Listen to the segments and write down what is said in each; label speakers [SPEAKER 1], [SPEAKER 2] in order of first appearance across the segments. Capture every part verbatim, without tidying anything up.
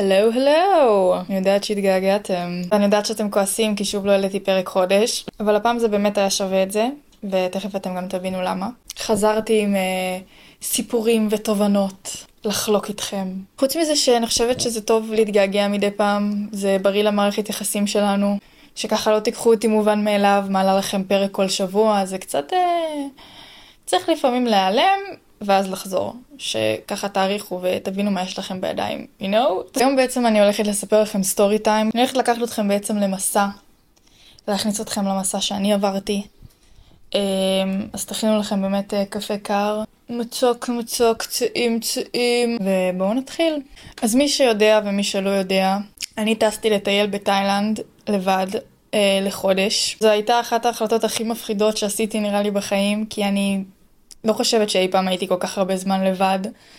[SPEAKER 1] הלו הלו, אני יודעת שהתגעגעתם ואני יודעת שאתם כועסים כי שוב לא העליתי פרק חודש, אבל הפעם זה באמת היה שווה את זה ותכף אתם גם תבינו למה. חזרתי עם uh, סיפורים ותובנות לחלוק איתכם. חוץ מזה שאני חושבת שזה טוב להתגעגע מדי פעם, זה בריא למערכת יחסים שלנו, שככה לא תיקחו אותי מובן מאליו, מעלה לכם פרק כל שבוע, זה קצת uh, צריך לפעמים להיעלם ואז לחזור, שככה תאריכו ותבינו מה יש לכם בידיים, you know? היום בעצם אני הולכת לספר לכם סטורי טיים, אני הולכת לקחת אתכם בעצם למסע, להכניס אתכם למסע שאני עברתי, אז תכינו לכם באמת קפה קר, מצוק מצוק, צעים צעים, ובואו נתחיל. אז מי שיודע ומי שלא יודע, אני טסתי לטייל בתאילנד לבד אה, לחודש. זו הייתה אחת ההחלטות הכי מפחידות שעשיתי נראה לי בחיים, כי אני לא חושבת שאי פעם הייתי כל כך הרבה זמן לבד,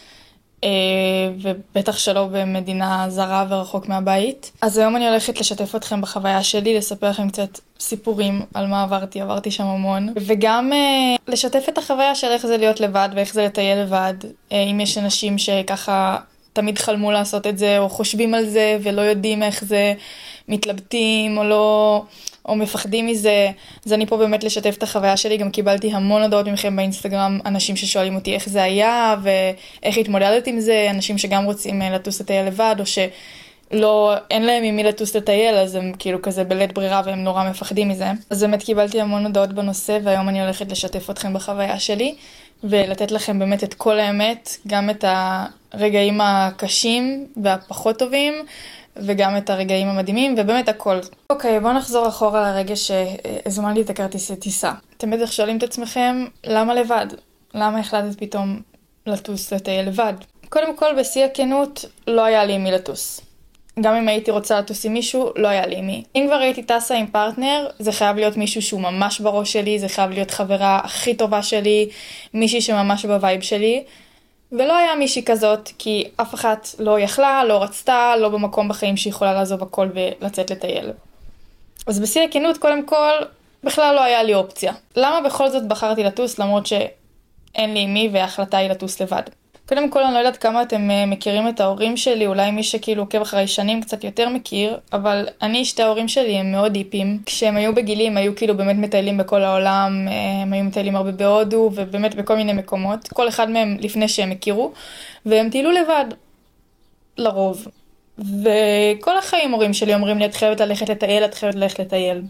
[SPEAKER 1] ובטח שלא במדינה זרה ורחוק מהבית. אז היום אני הולכת לשתף אתכם בחוויה שלי, לספר לכם קצת סיפורים על מה עברתי, עברתי שם המון, וגם לשתף את החוויה של איך זה להיות לבד ואיך זה לטייל לבד, אם יש אנשים שככה תמיד חלמו לעשות את זה או חושבים על זה ולא יודעים איך זה, מתלבטים או לא, או מפחדים מזה. אז אני פה באמת לשתף את החוויה שלי. גם קיבלתי המון הודעות מכם באינסטגרם, אנשים ששואלים אותי איך זה היה ואיך התמודדת עם זה, אנשים שגם רוצים לטוס לטייל לבד או שלא, אין להם עם מי לטוס לטייל, אז הם כאילו כזה בלית ברירה והם נורא מפחדים מזה. אז באמת קיבלתי המון הודעות בנושא, והיום אני הולכת לשתף אתכם בחוויה שלי ולתת לכם באמת את כל האמת, גם את הרגעים הקשים והפחות טובים וגם את הרגעים המדהימים, ובאמת הכל. אוקיי, בואו נחזור אחורה לרגע שהזמן לי את הכרטיסי טיסה. אתם בטח שואלים את עצמכם, למה לבד? למה החלטת פתאום לטוס לטייל לבד? קודם כל, בשיא הכנות, לא היה לי עם מי לטוס. גם אם הייתי רוצה לטוס עם מישהו, לא היה לי עם מי. אם כבר הייתי טסה עם פרטנר, זה חייב להיות מישהו שהוא ממש בראש שלי, זה חייב להיות חברה הכי טובה שלי, מישהי שממש בווייב שלי. ולא היה מישהי כזאת, כי אף אחת לא יכלה, לא רצתה, לא במקום בחיים שיכולה לעזוב הכל ולצאת לטייל. אז בשיא הכנות, קודם כל, בכלל לא היה לי אופציה. למה בכל זאת בחרתי לטוס, למרות שאין לי מי וההחלטה היא לטוס לבד? קודם כל, אני לא יודעת כמה אתם מכירים את ההורים שלי, אולי מי שכאילו עוקב אחרי שנים קצת יותר מכיר, אבל אני, שתי ההורים שלי הם מאוד דיפים. כשהם היו בגילים, היו כאילו באמת מטיילים בכל העולם, הם היו מטיילים הרבה בהודו, ובאמת בכל מיני מקומות, כל אחד מהם לפני שהם הכירו, והם טיילו לבד, לרוב. וכל החיים הורים שלי אומרים לי, את חייבת ללכת לטייל, את חייבת ללכת לטייל.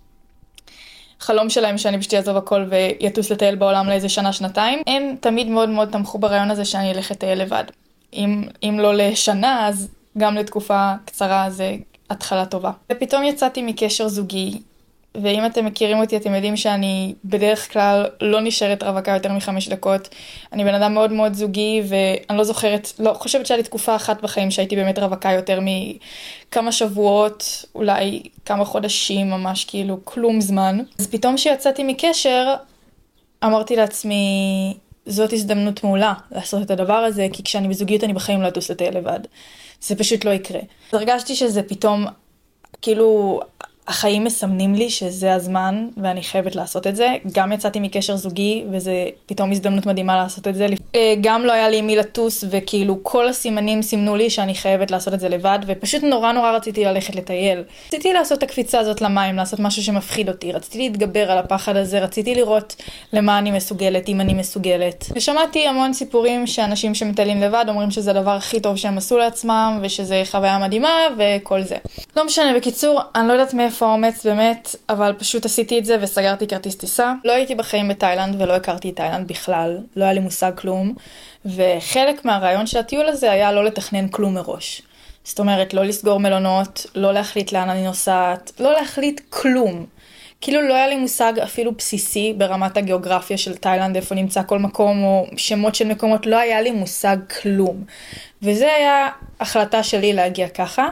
[SPEAKER 1] חלום שלהם שאני פשוט אעזוב הכל ויטוס לטייל בעולם לאיזה שנה, שנתיים. הם תמיד מאוד מאוד תמכו ברעיון הזה שאני אלך לטייל לבד. אם, אם לא לשנה, אז גם לתקופה קצרה זה התחלה טובה. ופתאום יצאתי מקשר זוגי, ואם אתם מכירים אותי, אתם יודעים שאני בדרך כלל לא נשארת רווקה יותר מחמש דקות. אני בן אדם מאוד מאוד זוגי, ואני לא זוכרת, לא חושבת שהיה לי תקופה אחת בחיים שהייתי באמת רווקה יותר מכמה שבועות, אולי כמה חודשים, ממש כאילו כלום זמן. אז פתאום שיצאתי מקשר, אמרתי לעצמי, זאת הזדמנות מעולה לעשות את הדבר הזה, כי כשאני בזוגיות אני בחיים לא אטוס לטייל לבד. זה פשוט לא יקרה. הרגשתי שזה פתאום, כאילו, החיים מסמנים לי שזה הזמן ואני חייבת לעשות את זה. גם יצאתי מקשר זוגי וזה פתאום הזדמנות מדהימה לעשות את זה. גם לא היה לי מי לטוס וכאילו כל הסימנים סימנו לי שאני חייבת לעשות את זה לבד, ופשוט נורא נורא רציתי ללכת לטייל. רציתי לעשות את הקפיצה הזאת למים, לעשות משהו שמפחיד אותי, רציתי להתגבר על הפחד הזה, רציתי לראות למה אני מסוגלת, אם אני מסוגלת. ושמעתי המון סיפורים שאנשים שמטיילים לבד אומרים שזה הדבר הכי טוב שהם עשו לעצמם ושזה חוויה מדהימה וכל זה. לא משנה, בקיצור, אני לא יודעת מאיפה האומץ באמת, אבל פשוט עשיתי את זה וסגרתי כרטיס טיסה. לא הייתי בחיים בתאילנד ולא הכרתי את תאילנד בכלל, לא היה לי מושג כלום, וחלק מהרעיון של הטיול הזה היה לא לתכנן כלום מראש. זאת אומרת, לא לסגור מלונות, לא להחליט לאן אני נוסעת, לא להחליט כלום. כאילו לא היה לי מושג אפילו בסיסי ברמת הגיאוגרפיה של תאילנד, איפה נמצא כל מקום או שמות של מקומות, לא היה לי מושג כלום. וזה היה החלטה שלי להגיע ככה.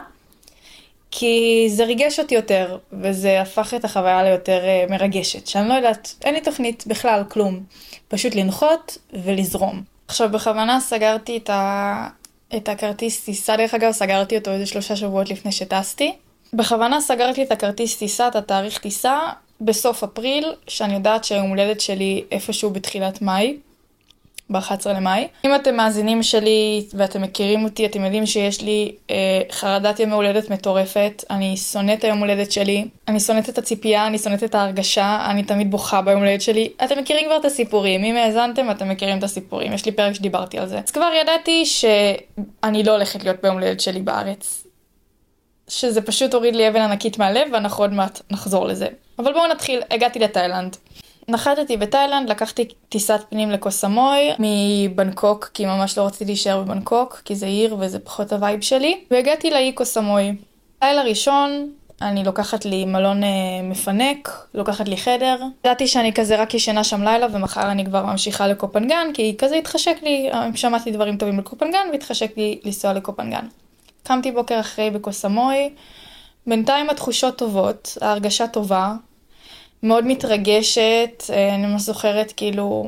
[SPEAKER 1] כי זה ריגש אותי יותר, וזה הפך את החוויה ליותר uh, מרגשת, שאני לא יודעת, אין לי תוכנית בכלל, כלום. פשוט לנחות ולזרום. עכשיו, בכוונה סגרתי את, ה... את הכרטיס טיסה, דרך אגב, סגרתי אותו איזה שלושה שבועות לפני שטסתי. בכוונה סגרתי את הכרטיס טיסה, את התאריך טיסה, בסוף אפריל, שאני יודעת שהיום הולדת שלי איפשהו בתחילת מאי. ב-אחד עשר למאי. אם אתם מאזינים שלי ואתם מכירים אותי, אתם יודעים שיש לי אה, חרדת יום הולדת מטורפת. אני שונאת היום הולדת שלי, אני שונאת את הציפייה, אני שונאת את ההרגשה, אני תמיד בוכה ביום הולדת שלי. אתם מכירים כבר את הסיפורים, אם האזנתם אתם מכירים את הסיפורים, יש לי פרק שדיברתי על זה. אז כבר ידעתי שאני לא הולכת להיות ביום הולדת שלי בארץ. שזה פשוט הוריד לי אבן ענקית מהלב, ואנחנו עוד מעט נחזור לזה. אבל בואו נתחיל, הגעתי לתאילנד. נחתתי בתאילנד, לקחתי טיסת פנים לקוסמוי מבנקוק, כי ממש לא רציתי להישאר בבנקוק, כי זה עיר וזה פחות הווייב שלי, והגעתי לאי קוסמוי. לילה ראשון, אני לוקחת לי מלון אה, מפנק, לוקחת לי חדר. ידעתי שאני כזה רק ישנה שם לילה, ומחר אני כבר ממשיכה לקופנגן, כי כזה התחשק לי, שמעתי דברים טובים לקופנגן, והתחשק לי לנסוע לקופנגן. קמתי בוקר אחרי בקוסמוי, בינתיים התחושות טובות, ההרגשה טובה, מאוד מתרגשת, אני ממש זוכרת כאילו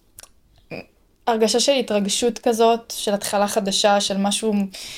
[SPEAKER 1] הרגשה של התרגשות כזאת, של התחלה חדשה, של משהו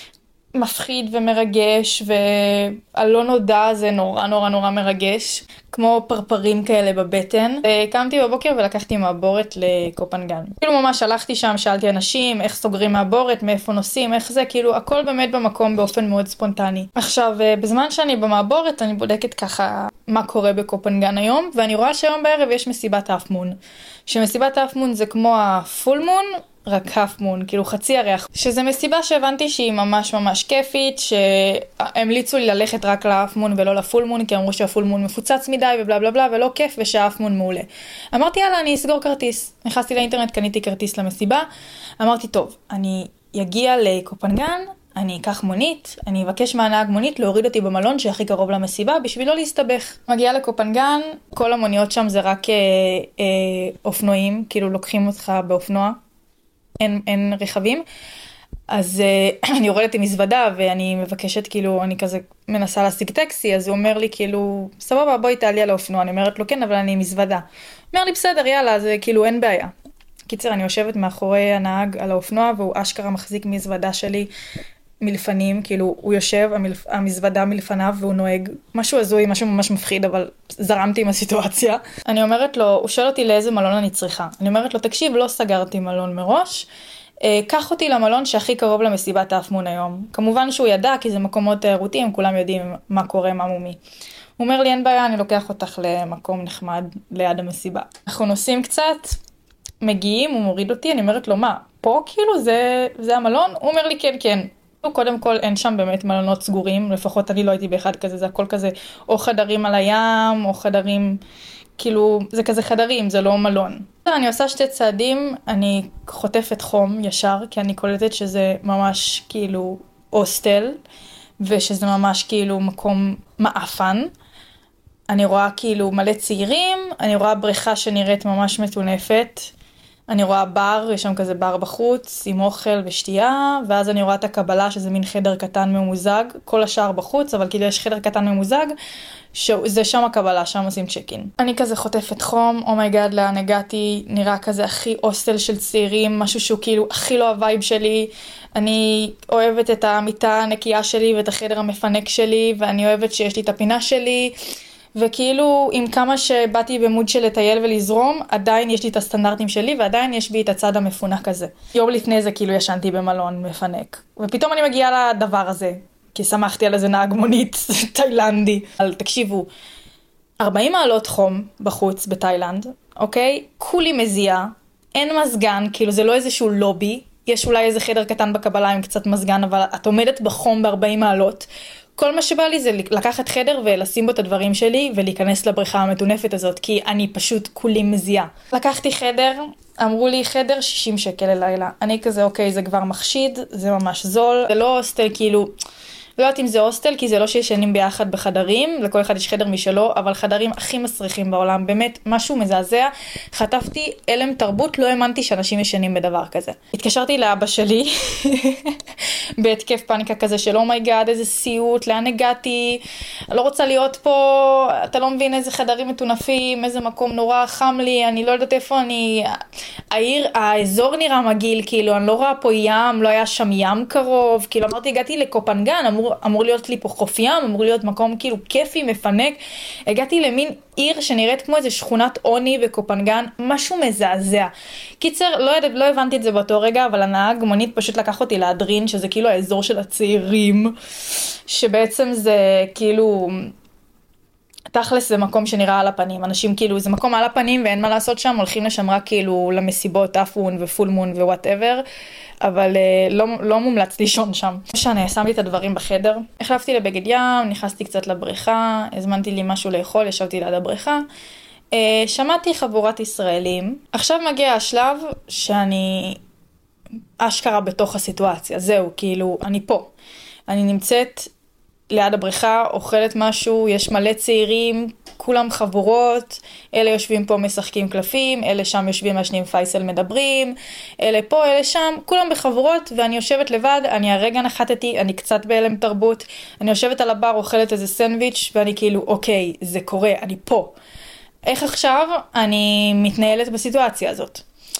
[SPEAKER 1] מפחיד ומרגש, והלא נודע זה נורא נורא נורא מרגש, כמו פרפרים כאלה בבטן. קמתי בבוקר ולקחתי מעבורת לקופנגן. כאילו ממש הלכתי שם, שאלתי אנשים איך סוגרים מעבורת, מאיפה נוסעים, איך זה, כאילו הכל באמת במקום באופן מאוד ספונטני. עכשיו, בזמן שאני במעבורת אני בודקת ככה מה קורה בקופנגן היום, ואני רואה שהיום בערב יש מסיבת האף מון. שמסיבת האף מון זה כמו הפול מון, רק האף מון, כאילו חצי הריח. שזה מסיבה שהבנתי שהיא ממש ממש כיפית, שהמליצו לי ללכת רק לאף מון ולא לפול מון, כי אמרו שהפול מון מפוצץ מדי ובלה בלה בלה, ולא כיף, ושהאף מון מעולה. אמרתי, יאללה, אני אסגור כרטיס. נכנסתי לאינטרנט, קניתי כרטיס למסיבה. אמרתי, טוב, אני אגיע לקופנגן, אני אקח מונית, אני אבקש מהנהג מונית להוריד אותי במלון שהכי קרוב למסיבה, בשביל לא להסתבך. מגיעה לקופנגן, כל המוניות שם זה רק אה, אה, אופנועים, כאילו לוקחים אותך באופנוע. אין, אין רכבים, אז uh, אני יורדת עם מזוודה ואני מבקשת, כאילו, אני כזה מנסה להשיג טקסי, אז הוא אומר לי, כאילו, סבבה, בואי תעלי על האופנוע. אני אומרת לו, כן, אבל אני עם מזוודה. הוא אומר לי, בסדר, יאללה, זה כאילו אין בעיה. קיצר, אני יושבת מאחורי הנהג על האופנוע, והוא אשכרה מחזיק מזוודה שלי מלפנים, כאילו, הוא יושב, המלפ... המזוודה מלפניו, והוא נוהג, משהו הזוי, משהו ממש מפחיד, אבל זרמתי עם הסיטואציה. אני אומרת לו, הוא שואל אותי לאיזה מלון אני צריכה. אני אומרת לו, תקשיב, לא סגרתי מלון מראש, קח אותי למלון שהכי קרוב למסיבת האף מון היום. כמובן שהוא ידע, כי זה מקומות תיירותיים, כולם יודעים מה קורה, מה מומי. הוא אומר לי, אין בעיה, אני לוקח אותך למקום נחמד ליד המסיבה. אנחנו נוסעים קצת, מגיעים, הוא מוריד אותי, אני אומרת לו, מה, פה כאילו זה, זה המלון? הוא אומר לי, כן, כן. קודם כל אין שם באמת מלונות סגורים, לפחות אני לא הייתי באחד כזה, זה הכל כזה או חדרים על הים, או חדרים, כאילו, זה כזה חדרים, זה לא מלון. אני עושה שתי צעדים, אני חוטפת חום ישר, כי אני קולטת שזה ממש כאילו הוסטל, ושזה ממש כאילו מקום מאפן. אני רואה כאילו מלא צעירים, אני רואה בריכה שנראית ממש מטונפת, אני רואה בר, יש שם כזה בר בחוץ, עם אוכל ושתייה, ואז אני רואה את הקבלה, שזה מין חדר קטן ממוזג, כל השאר בחוץ, אבל כאילו יש חדר קטן ממוזג, שזה שם הקבלה, שם עושים צ'קין. אני כזה חוטפת חום, אומייגאד, לאן הגעתי, נראה כזה הכי הוסטל של צעירים, משהו שהוא כאילו הכי לא הווייב שלי, אני אוהבת את המיטה הנקייה שלי, ואת החדר המפנק שלי, ואני אוהבת שיש לי את הפינה שלי, וכאילו עם כמה שבאתי במוד של לטייל ולזרום, עדיין יש לי את הסטנדרטים שלי, ועדיין יש בי את הצד המפונק הזה. יום לפני זה כאילו ישנתי במלון מפנק. ופתאום אני מגיעה לדבר הזה, כי שמחתי על איזה נהג מונית תאילנדי. אבל תקשיבו, ארבעים מעלות חום בחוץ בתאילנד, אוקיי? כולי מזיעה, אין מזגן, כאילו זה לא איזשהו לובי, יש אולי איזה חדר קטן בקבלה עם קצת מזגן, אבל את עומדת בחום ב-ארבעים מעלות, כל מה שבא לי זה לקחת חדר ולשים בו את הדברים שלי ולהיכנס לבריכה המטונפת הזאת, כי אני פשוט כולי מזיעה. לקחתי חדר, אמרו לי חדר שישים שקל ללילה. אני כזה, אוקיי, זה כבר מחשיד, זה ממש זול. זה לא הוסטל, כאילו, לא יודעת אם זה הוסטל, כי זה לא שישנים ביחד בחדרים, לכל אחד יש חדר משלו, אבל חדרים הכי מסריחים בעולם, באמת משהו מזעזע. חטפתי אלם תרבות, לא האמנתי שאנשים ישנים בדבר כזה. התקשרתי לאבא שלי, בהתקף פאניקה כזה של אומייגאד, איזה סיוט, לאן הגעתי, לא רוצה להיות פה, אתה לא מבין איזה חדרים מטונפים, איזה מקום נורא חם לי, אני לא יודעת איפה אני, העיר, האזור נראה מגעיל, כאילו, אני לא רואה פה ים, לא היה שם ים קרוב, כאילו, אמרתי, הגעתי לקופנגן, אמרו אמור, אמור להיות לי פה חוף ים, אמור להיות מקום כאילו כיפי, מפנק. הגעתי למין עיר שנראית כמו איזה שכונת עוני וקופנגן, משהו מזעזע. קיצר, לא, לא הבנתי את זה באותו רגע, אבל הנהג מונית פשוט לקח אותי לאדרין, שזה כאילו האזור של הצעירים, שבעצם זה כאילו... תכלס זה מקום שנראה על הפנים, אנשים כאילו זה מקום על הפנים ואין מה לעשות שם, הולכים לשם רק כאילו למסיבות אפון ופול מון ווואטאבר, אבל לא, לא מומלץ לישון שם. שאני שמתי את הדברים בחדר, החלפתי לבגד ים, נכנסתי קצת לבריכה, הזמנתי לי משהו לאכול, ישבתי ליד הבריכה, שמעתי חבורת ישראלים. עכשיו מגיע השלב שאני אשכרה בתוך הסיטואציה, זהו, כאילו אני פה, אני נמצאת ליד הבריכה, אוכלת משהו, יש מלא צעירים, כולם חבורות, אלה יושבים פה משחקים קלפים, אלה שם יושבים מהשנים פייסל מדברים, אלה פה, אלה שם, כולם בחבורות, ואני יושבת לבד, אני הרגע נחתתי, אני קצת בהלם תרבות, אני יושבת על הבר, אוכלת איזה סנדוויץ', ואני כאילו, אוקיי, זה קורה, אני פה. איך עכשיו אני מתנהלת בסיטואציה הזאת?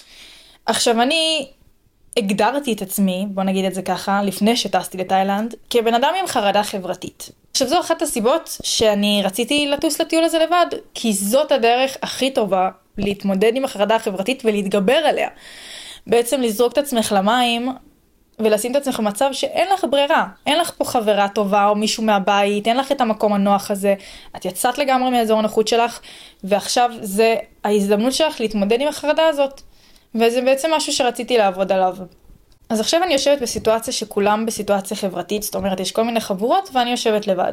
[SPEAKER 1] עכשיו אני... הגדרתי את עצמי, בוא נגיד את זה ככה, לפני שטסתי לתאילנד, כבן אדם עם חרדה חברתית. עכשיו זו אחת הסיבות שאני רציתי לטוס לטיול הזה לבד, כי זאת הדרך הכי טובה להתמודד עם החרדה החברתית ולהתגבר עליה. בעצם לזרוק את עצמך למים ולשים את עצמך במצב שאין לך ברירה. אין לך פה חברה טובה או מישהו מהבית, אין לך את המקום הנוח הזה. את יצאת לגמרי מאזור הנוחות שלך, ועכשיו זה ההזדמנות שלך להתמודד עם החרדה הזאת. וזה בעצם משהו שרציתי לעבוד עליו. אז עכשיו אני יושבת בסיטואציה שכולם בסיטואציה חברתית, זאת אומרת יש כל מיני חבורות ואני יושבת לבד.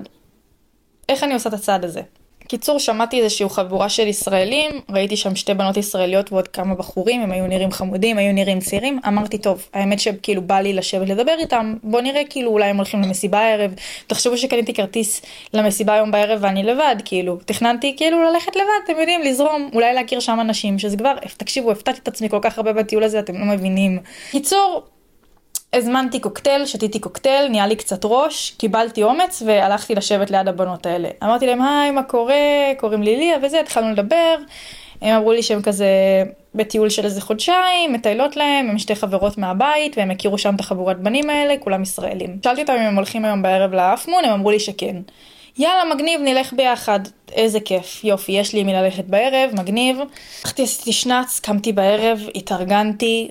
[SPEAKER 1] איך אני עושה את הצעד הזה? קיצור, שמעתי איזושהי חבורה של ישראלים, ראיתי שם שתי בנות ישראליות ועוד כמה בחורים, הם היו נראים חמודים, היו נראים צעירים, אמרתי טוב, האמת שכאילו בא לי לשבת לדבר איתם, בוא נראה כאילו אולי הם הולכים למסיבה הערב, תחשבו שקניתי כרטיס למסיבה היום בערב ואני לבד, כאילו, תכננתי כאילו ללכת לבד, אתם יודעים, לזרום, אולי להכיר שם אנשים, שזה כבר, תקשיבו, הפתעתי את עצמי כל כך הרבה בטיול הזה, אתם לא מבינים. קיצור, הזמנתי קוקטייל, שתיתי קוקטייל, נהיה לי קצת ראש, קיבלתי אומץ והלכתי לשבת ליד הבנות האלה. אמרתי להם, היי, מה קורה? קוראים לי ליה וזה, התחלנו לדבר. הם אמרו לי שהם כזה בטיול של איזה חודשיים, מטיילות להם, הם שתי חברות מהבית, והם הכירו שם את החבורת בנים האלה, כולם ישראלים. שאלתי אותם אם הם הולכים היום בערב לאפמון, הם אמרו לי שכן. יאללה, מגניב, נלך ביחד. איזה כיף, יופי, יש לי מי ללכת בערב, מגניב. הלכתי, עשיתי שנץ, קמתי בערב, התארגנתי,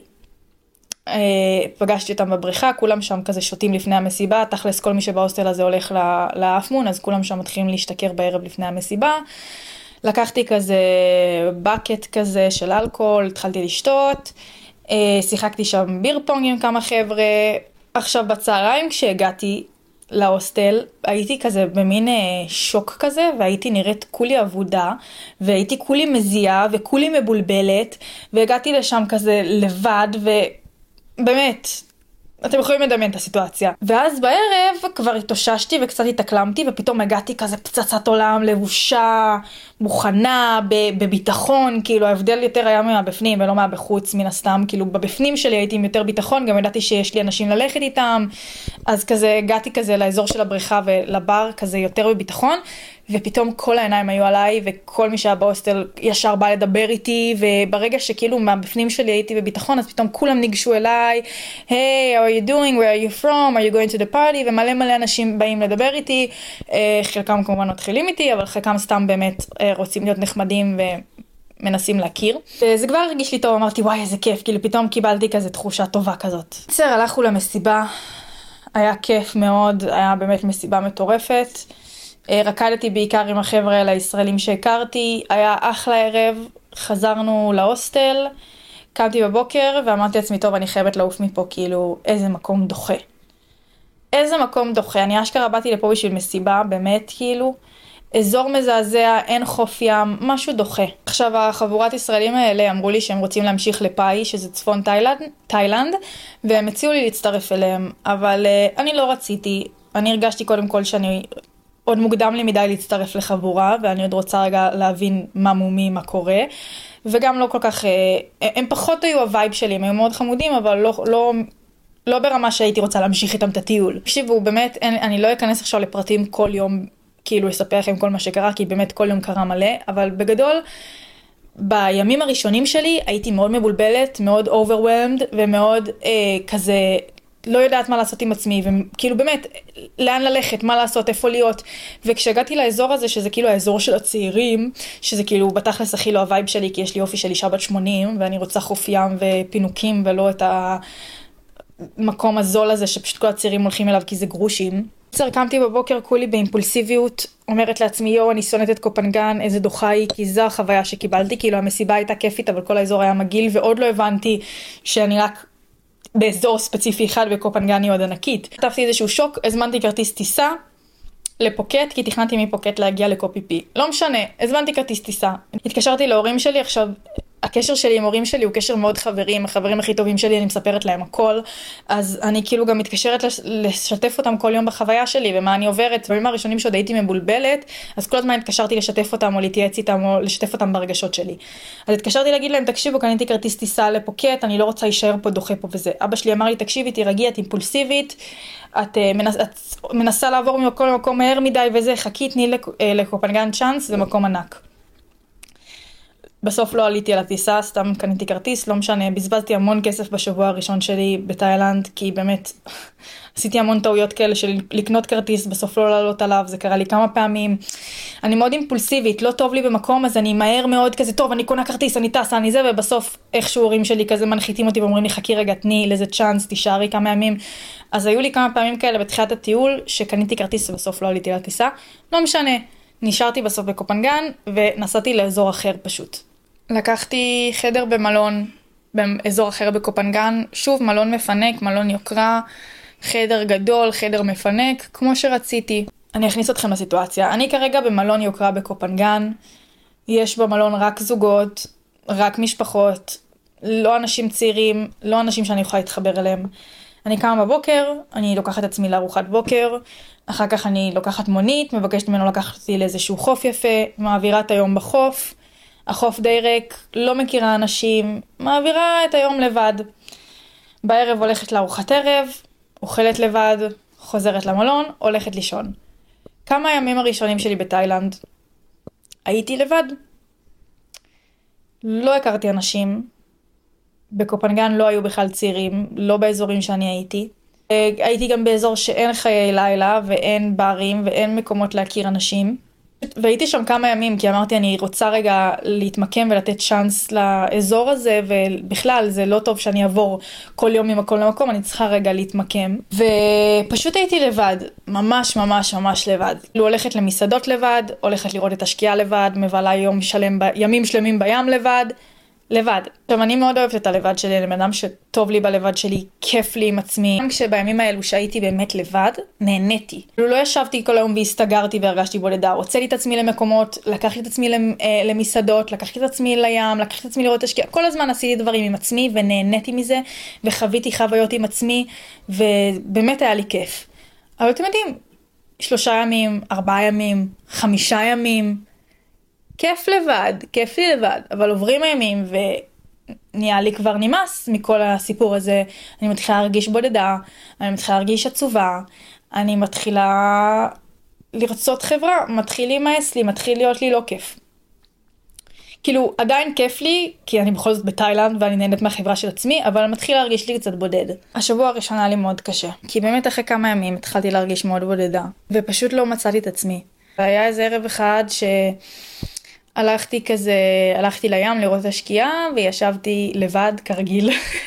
[SPEAKER 1] פגשתי אותם בבריכה, כולם שם כזה שותים לפני המסיבה, תכלס כל מי שבהוסטל הזה הולך לאפמון, אז כולם שם מתחילים להשתכר בערב לפני המסיבה. לקחתי כזה בקט כזה של אלכוהול, התחלתי לשתות, שיחקתי שם ביר פונג עם כמה חבר'ה. עכשיו בצהריים כשהגעתי להוסטל, הייתי כזה במין שוק כזה, והייתי נראית כולי עבודה, והייתי כולי מזיעה וכולי מבולבלת, והגעתי לשם כזה לבד, ובאמת, אתם יכולים לדמיין את הסיטואציה. ואז בערב כבר התאוששתי וקצת התאקלמתי, ופתאום הגעתי כזה פצצת עולם, לבושה, מוכנה, בביטחון, כאילו ההבדל יותר היה מהבפנים ולא מהבחוץ מן הסתם, כאילו בבפנים שלי הייתי עם יותר ביטחון, גם ידעתי שיש לי אנשים ללכת איתם, אז כזה הגעתי כזה לאזור של הבריכה ולבר כזה יותר בביטחון, ופתאום כל העיניים היו עליי, וכל מי שהיה בהוסטל ישר בא לדבר איתי, וברגע שכאילו מהבפנים שלי הייתי בביטחון, אז פתאום כולם ניגשו אליי, hey, how are you doing, where are you from, are you going to the party, ומלא מלא אנשים באים לדבר איתי, חלקם כמובן מתחילים איתי, אבל חלקם סתם באמת רוצים להיות נחמדים ומנסים להכיר. וזה כבר הרגיש לי טוב, אמרתי וואי איזה כיף, כאילו פתאום קיבלתי כזה תחושה טובה כזאת. בסדר, הלכנו למסיבה, היה כיף מאוד, היה באמת מסיבה מטורפת. רקדתי בעיקר עם החבר'ה האלה הישראלים שהכרתי, היה אחלה ערב, חזרנו להוסטל, קמתי בבוקר ואמרתי לעצמי טוב אני חייבת לעוף מפה, כאילו איזה מקום דוחה. איזה מקום דוחה, אני אשכרה באתי לפה בשביל מסיבה, באמת כאילו, אזור מזעזע, אין חוף ים, משהו דוחה. עכשיו החבורת ישראלים האלה אמרו לי שהם רוצים להמשיך לפאי, שזה צפון תאילנד, תאילנד, והם הציעו לי להצטרף אליהם, אבל uh, אני לא רציתי, אני הרגשתי קודם כל שאני עוד מוקדם לי מדי להצטרף לחבורה, ואני עוד רוצה רגע להבין מה מומי, מה קורה, וגם לא כל כך, הם פחות היו הווייב שלי, הם היו מאוד חמודים, אבל לא, לא, לא ברמה שהייתי רוצה להמשיך איתם את הטיול. תקשיבו, באמת, אני לא אכנס עכשיו לפרטים כל יום, כאילו לספר לכם כל מה שקרה, כי באמת כל יום קרה מלא, אבל בגדול, בימים הראשונים שלי הייתי מאוד מבולבלת, מאוד overwhelmed, ומאוד אה, כזה לא יודעת מה לעשות עם עצמי, וכאילו באמת, לאן ללכת, מה לעשות, איפה להיות. וכשהגעתי לאזור הזה, שזה כאילו האזור של הצעירים, שזה כאילו בתכלס הכי לא הווייב שלי, כי יש לי אופי של אישה בת שמונים, ואני רוצה חוף ים ופינוקים, ולא את המקום הזול הזה, שפשוט כל הצעירים הולכים אליו, כי זה גרושים. קמתי בבוקר כולי באימפולסיביות, אומרת לעצמי, יו, אני שונאת את קופנגן, איזה דוחה היא, כי זו החוויה שקיבלתי, כאילו המסיבה הייתה כיפית, אבל כל האזור היה מגעיל, ועוד לא הבנתי שאני רק באזור ספציפי אחד בקופנגן היא עוד ענקית. כתבתי איזשהו שוק, הזמנתי כרטיס טיסה לפוקט, כי תכננתי מפוקט להגיע לקופי פי. לא משנה, הזמנתי כרטיס טיסה. התקשרתי להורים שלי, עכשיו, הקשר שלי עם הורים שלי הוא קשר מאוד חברים, החברים הכי טובים שלי, אני מספרת להם הכל, אז אני כאילו גם מתקשרת לשתף אותם כל יום בחוויה שלי, ומה אני עוברת. בימים הראשונים שעוד הייתי מבולבלת, אז כל הזמן התקשרתי לשתף אותם, או להתייעץ איתם, או לשתף אותם ברגשות שלי. אז התקשרתי להגיד להם, תקשיבו, קניתי כרטיס טיסה לפוקט, אני לא רוצה להישאר פה, דוחה פה וזה. אבא שלי אמר לי, תקשיבי, תירגעי, את אימפולסיבית, את, מנס, את מנסה לעבור ממקום למקום מהר מדי וזה, חכי, תני לקופנגן צ'אנס, זה מקום ענק. בסוף לא עליתי על הטיסה, סתם קניתי כרטיס, לא משנה, בזבזתי המון כסף בשבוע הראשון שלי בתאילנד, כי באמת עשיתי המון טעויות כאלה של לקנות כרטיס, בסוף לא לעלות עליו, זה קרה לי כמה פעמים. אני מאוד אימפולסיבית, לא טוב לי במקום, אז אני מהר מאוד כזה, טוב, אני קונה כרטיס, אני טסה, אני זה, ובסוף איכשהו הורים שלי כזה מנחיתים אותי ואומרים לי, חכי רגע, תני לזה צ'אנס, תישארי כמה ימים. אז היו לי כמה פעמים כאלה בתחילת הטיול, שקניתי כרטיס ובסוף לא עליתי לטיסה. לא משנה, נשארתי בסוף בקופנגן ונסעתי לאזור אחר פשוט. לקחתי חדר במלון, באזור אחר בקופנגן, שוב מלון מפנק, מלון יוקרה, חדר גדול, חדר מפנק, כמו שרציתי. אני אכניס אתכם לסיטואציה. אני כרגע במלון יוקרה בקופנגן, יש במלון רק זוגות, רק משפחות, לא אנשים צעירים, לא אנשים שאני יכולה להתחבר אליהם. אני קמה בבוקר, אני לוקחת עצמי לארוחת בוקר, אחר כך אני לוקחת מונית, מבקשת ממנו לקחת אותי לאיזשהו חוף יפה, מעבירה את היום בחוף, החוף די ריק, לא מכירה אנשים, מעבירה את היום לבד. בערב הולכת לארוחת ערב, אוכלת לבד, חוזרת למלון, הולכת לישון. כמה הימים הראשונים שלי בתאילנד, הייתי לבד. לא הכרתי אנשים, בקופנגן לא היו בכלל צעירים, לא באזורים שאני הייתי. הייתי גם באזור שאין חיי לילה ואין ברים ואין מקומות להכיר אנשים. והייתי שם כמה ימים כי אמרתי אני רוצה רגע להתמקם ולתת צ'אנס לאזור הזה, ובכלל זה לא טוב שאני אעבור כל יום ממקום למקום, אני צריכה רגע להתמקם. ופשוט הייתי לבד, ממש ממש ממש לבד. לא הולכת למסעדות לבד, הולכת לראות את השקיעה לבד, מבלה יום שלם, ימים שלמים בים לבד. לבד. עכשיו אני מאוד אוהבת את הלבד שלי, אני אדם שטוב לי בלבד שלי, כיף לי עם עצמי. גם כשבימים האלו שהייתי באמת לבד, נהניתי. לא ישבתי כל היום והסתגרתי והרגשתי בודדה. הוצאתי את עצמי למקומות, לקחתי את עצמי למסעדות, לקחתי את עצמי לים, לקחתי את עצמי לראות השקיעה. כל הזמן עשיתי דברים עם עצמי ונהניתי מזה, וחוויתי חוויות עם עצמי, ובאמת היה לי כיף. אבל אתם יודעים, שלושה ימים, ארבעה ימים, חמישה ימים, כיף לבד, כיף לי לבד, אבל עוברים הימים ונהיה לי כבר נמאס מכל הסיפור הזה. אני מתחילה להרגיש בודדה, אני מתחילה להרגיש עצובה, אני מתחילה לרצות חברה, מתחיל להימאס לי, מתחיל להיות לי לא כיף. כאילו עדיין כיף לי, כי אני בכל זאת בתאילנד ואני נהנית מהחברה של עצמי, אבל מתחיל להרגיש לי קצת בודד. השבוע הראשון היה לי מאוד קשה, כי באמת אחרי כמה ימים התחלתי להרגיש מאוד בודדה, ופשוט לא מצאתי את עצמי. והיה איזה ערב אחד ש... הלכתי כזה, הלכתי לים לראות את השקיעה, וישבתי לבד כרגיל.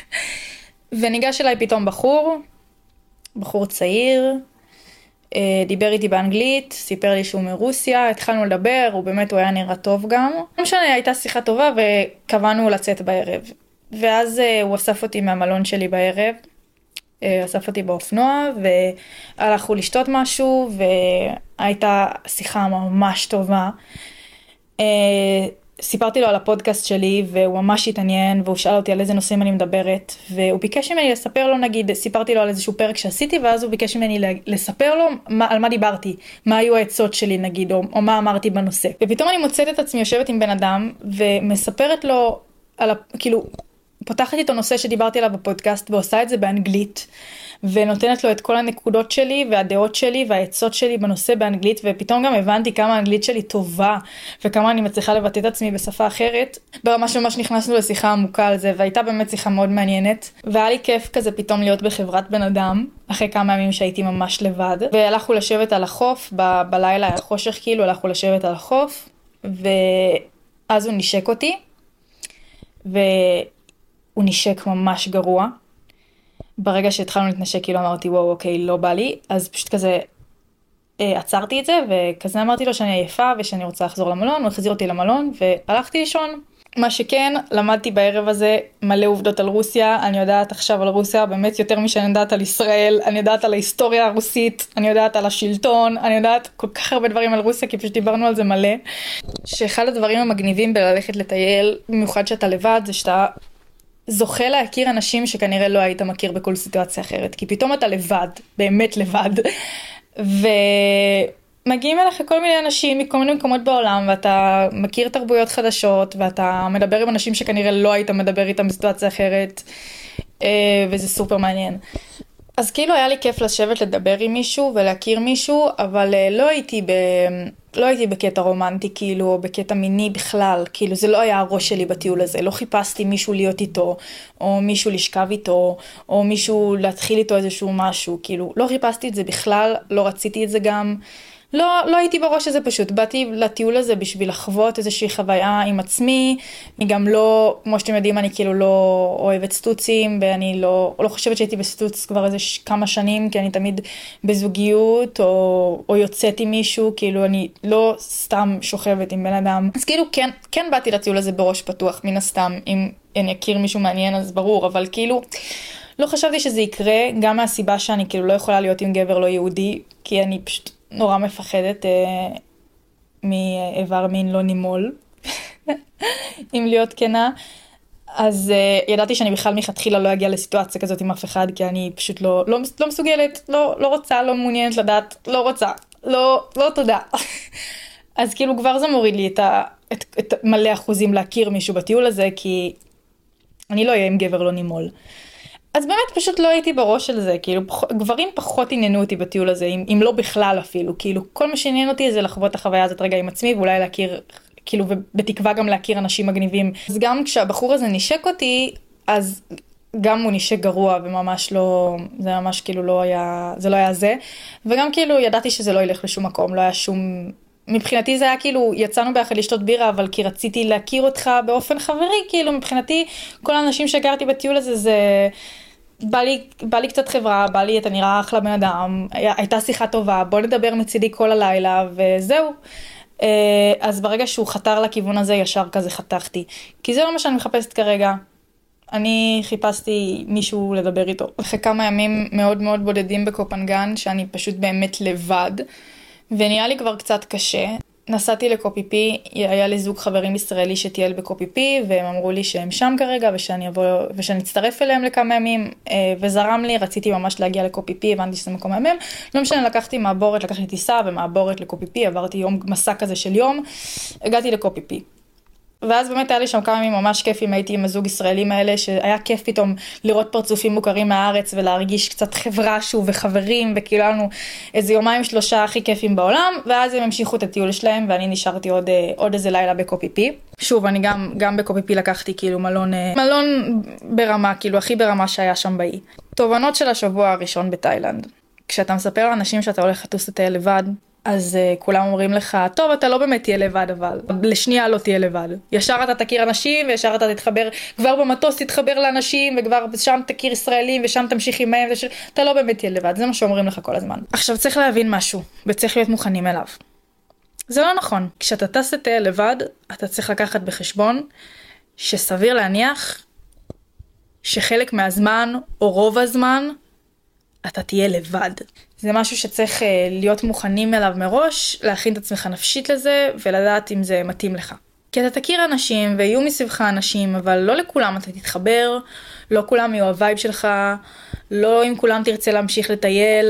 [SPEAKER 1] וניגש אליי פתאום בחור, בחור צעיר, דיבר איתי באנגלית, סיפר לי שהוא מרוסיה, התחלנו לדבר, הוא באמת, הוא היה נראה טוב גם. לא משנה, הייתה שיחה טובה, וקבענו לצאת בערב. ואז הוא אסף אותי מהמלון שלי בערב, אסף אותי באופנוע, והלכו לשתות משהו, והייתה שיחה ממש טובה. Uh, סיפרתי לו על הפודקאסט שלי והוא ממש התעניין והוא שאל אותי על איזה נושאים אני מדברת והוא ביקש ממני לספר לו, נגיד סיפרתי לו על איזשהו פרק שעשיתי ואז הוא ביקש ממני לספר לו מה, על מה דיברתי, מה היו העצות שלי נגיד או, או מה אמרתי בנושא. ופתאום אני מוצאת את עצמי יושבת עם בן אדם ומספרת לו על, כאילו פותחת איתו נושא שדיברתי עליו בפודקאסט ועושה את זה באנגלית, ונותנת לו את כל הנקודות שלי והדעות שלי והעצות שלי בנושא באנגלית, ופתאום גם הבנתי כמה האנגלית שלי טובה וכמה אני מצליחה לבטא את עצמי בשפה אחרת. ברמה שממש נכנסנו לשיחה עמוקה על זה, והייתה באמת שיחה מאוד מעניינת, והיה לי כיף כזה פתאום להיות בחברת בן אדם אחרי כמה ימים שהייתי ממש לבד. והלכנו לשבת על החוף, ב- בלילה היה חושך כאילו, הלכנו לשבת על החוף, ואז הוא נשק אותי, והוא נשק ממש גרוע. ברגע שהתחלנו להתנשק, כאילו אמרתי, וואו, אוקיי, לא בא לי, אז פשוט כזה אה, עצרתי את זה, וכזה אמרתי לו שאני עייפה ושאני רוצה לחזור למלון, הוא החזיר אותי למלון, והלכתי לישון. מה שכן, למדתי בערב הזה מלא עובדות על רוסיה, אני יודעת עכשיו על רוסיה באמת יותר משאני יודעת על ישראל, אני יודעת על ההיסטוריה הרוסית, אני יודעת על השלטון, אני יודעת כל כך הרבה דברים על רוסיה, כי פשוט דיברנו על זה מלא. שאחד הדברים המגניבים בללכת לטייל, במיוחד שאתה לבד, זה שאתה זוכה להכיר אנשים שכנראה לא היית מכיר בכל סיטואציה אחרת, כי פתאום אתה לבד, באמת לבד, ומגיעים אליך כל מיני אנשים מכל מיני מקומות בעולם, ואתה מכיר תרבויות חדשות, ואתה מדבר עם אנשים שכנראה לא היית מדבר איתם בסיטואציה אחרת, וזה סופר מעניין. אז כאילו היה לי כיף לשבת לדבר עם מישהו ולהכיר מישהו, אבל לא הייתי ב... לא הייתי בקטע רומנטי, כאילו, או בקטע מיני בכלל, כאילו, זה לא היה הראש שלי בטיול הזה, לא חיפשתי מישהו להיות איתו, או מישהו לשכב איתו, או מישהו להתחיל איתו איזשהו משהו, כאילו, לא חיפשתי את זה בכלל, לא רציתי את זה גם, לא, לא הייתי בראש הזה פשוט, באתי לטיול הזה בשביל לחוות איזושהי חוויה עם עצמי, אני גם לא, כמו שאתם יודעים, אני כאילו לא אוהבת סטוצים, ואני לא, לא חושבת שהייתי בסטוץ כבר איזה כמה שנים, כי אני תמיד בזוגיות, או, או יוצאת עם מישהו, כאילו אני לא סתם שוכבת עם בן אדם. אז כאילו כן, כן באתי לטיול הזה בראש פתוח, מן הסתם, אם אני אכיר מישהו מעניין אז ברור, אבל כאילו לא חשבתי שזה יקרה, גם מהסיבה שאני כאילו לא יכולה להיות עם גבר לא יהודי, כי אני פשוט נורא מפחדת אה, מאיבר מין לא נימול, אם להיות כנה. אז אה, ידעתי שאני בכלל מתחילה לא אגיע לסיטואציה כזאת עם אף אחד, כי אני פשוט לא, לא, לא מסוגלת, לא, לא רוצה, לא מעוניינת לדעת, לא רוצה, לא, לא תודה. אז כאילו כבר זה מוריד לי את, ה, את, את מלא אחוזים להכיר מישהו בטיול הזה, כי אני לא אהיה עם גבר לא נימול. אז באמת פשוט לא הייתי בראש של זה, כאילו פח, גברים פחות עניינו אותי בטיול הזה, אם, אם לא בכלל אפילו, כאילו כל מה שעניין אותי זה לחוות את החוויה הזאת רגע עם עצמי, ואולי להכיר, כאילו ובתקווה גם להכיר אנשים מגניבים. אז גם כשהבחור הזה נשק אותי, אז גם הוא נשק גרוע וממש לא, זה ממש כאילו לא היה, זה לא היה זה, וגם כאילו ידעתי שזה לא ילך לשום מקום, לא היה שום, מבחינתי זה היה כאילו, יצאנו ביחד לשתות בירה, אבל כי רציתי להכיר אותך באופן חברי, כאילו מבחינתי כל האנשים שהכרתי בטיול הזה זה... בא לי, בא לי קצת חברה, בא לי, אתה נראה אחלה בן אדם, הייתה שיחה טובה, בוא נדבר מצידי כל הלילה, וזהו. אז ברגע שהוא חתר לכיוון הזה, ישר כזה חתכתי. כי זה לא מה שאני מחפשת כרגע. אני חיפשתי מישהו לדבר איתו. אחרי כמה ימים מאוד מאוד בודדים בקופנגן, שאני פשוט באמת לבד, ונהיה לי כבר קצת קשה. נסעתי לקופיפי, היה לי זוג חברים ישראלי שטייל בקופיפי, והם אמרו לי שהם שם כרגע, ושאני אבוא, ושאני אצטרף אליהם לכמה ימים, וזרם לי, רציתי ממש להגיע לקופיפי, הבנתי שזה מקום מהמם, לא משנה, לקחתי מעבורת, לקחתי טיסה, ומעבורת לקופיפי, עברתי יום, מסע כזה של יום, הגעתי לקופיפי. ואז באמת היה לי שם כמה ימים ממש כיפים, הייתי עם הזוג ישראלים האלה, שהיה כיף פתאום לראות פרצופים מוכרים מהארץ, ולהרגיש קצת חברה שוב וחברים, וכאילו לנו איזה יומיים שלושה הכי כיפים בעולם, ואז הם המשיכו את הטיול שלהם, ואני נשארתי עוד, עוד איזה לילה בקופיפי. שוב, אני גם, גם בקופיפי לקחתי כאילו מלון, מלון ברמה, כאילו הכי ברמה שהיה שם באי. תובנות של השבוע הראשון בתאילנד. כשאתה מספר לאנשים שאתה הולך לטוס לטייל לבד, אז uh, כולם אומרים לך, טוב, אתה לא באמת תהיה לבד, אבל לשנייה לא תהיה לבד. ישר אתה תכיר אנשים, וישר אתה תתחבר, כבר במטוס תתחבר לאנשים, וכבר שם תכיר ישראלים, ושם תמשיך עמהם, וש... אתה לא באמת תהיה לבד, זה מה שאומרים לך כל הזמן. עכשיו צריך להבין משהו, וצריך להיות מוכנים אליו. זה לא נכון. כשאתה טס לטייל לבד, אתה צריך לקחת בחשבון, שסביר להניח, שחלק מהזמן, או רוב הזמן, אתה תהיה לבד. זה משהו שצריך להיות מוכנים אליו מראש, להכין את עצמך נפשית לזה, ולדעת אם זה מתאים לך. כי אתה תכיר אנשים, ויהיו מסביבך אנשים, אבל לא לכולם אתה תתחבר, לא כולם יהיו הווייב שלך, לא עם כולם תרצה להמשיך לטייל,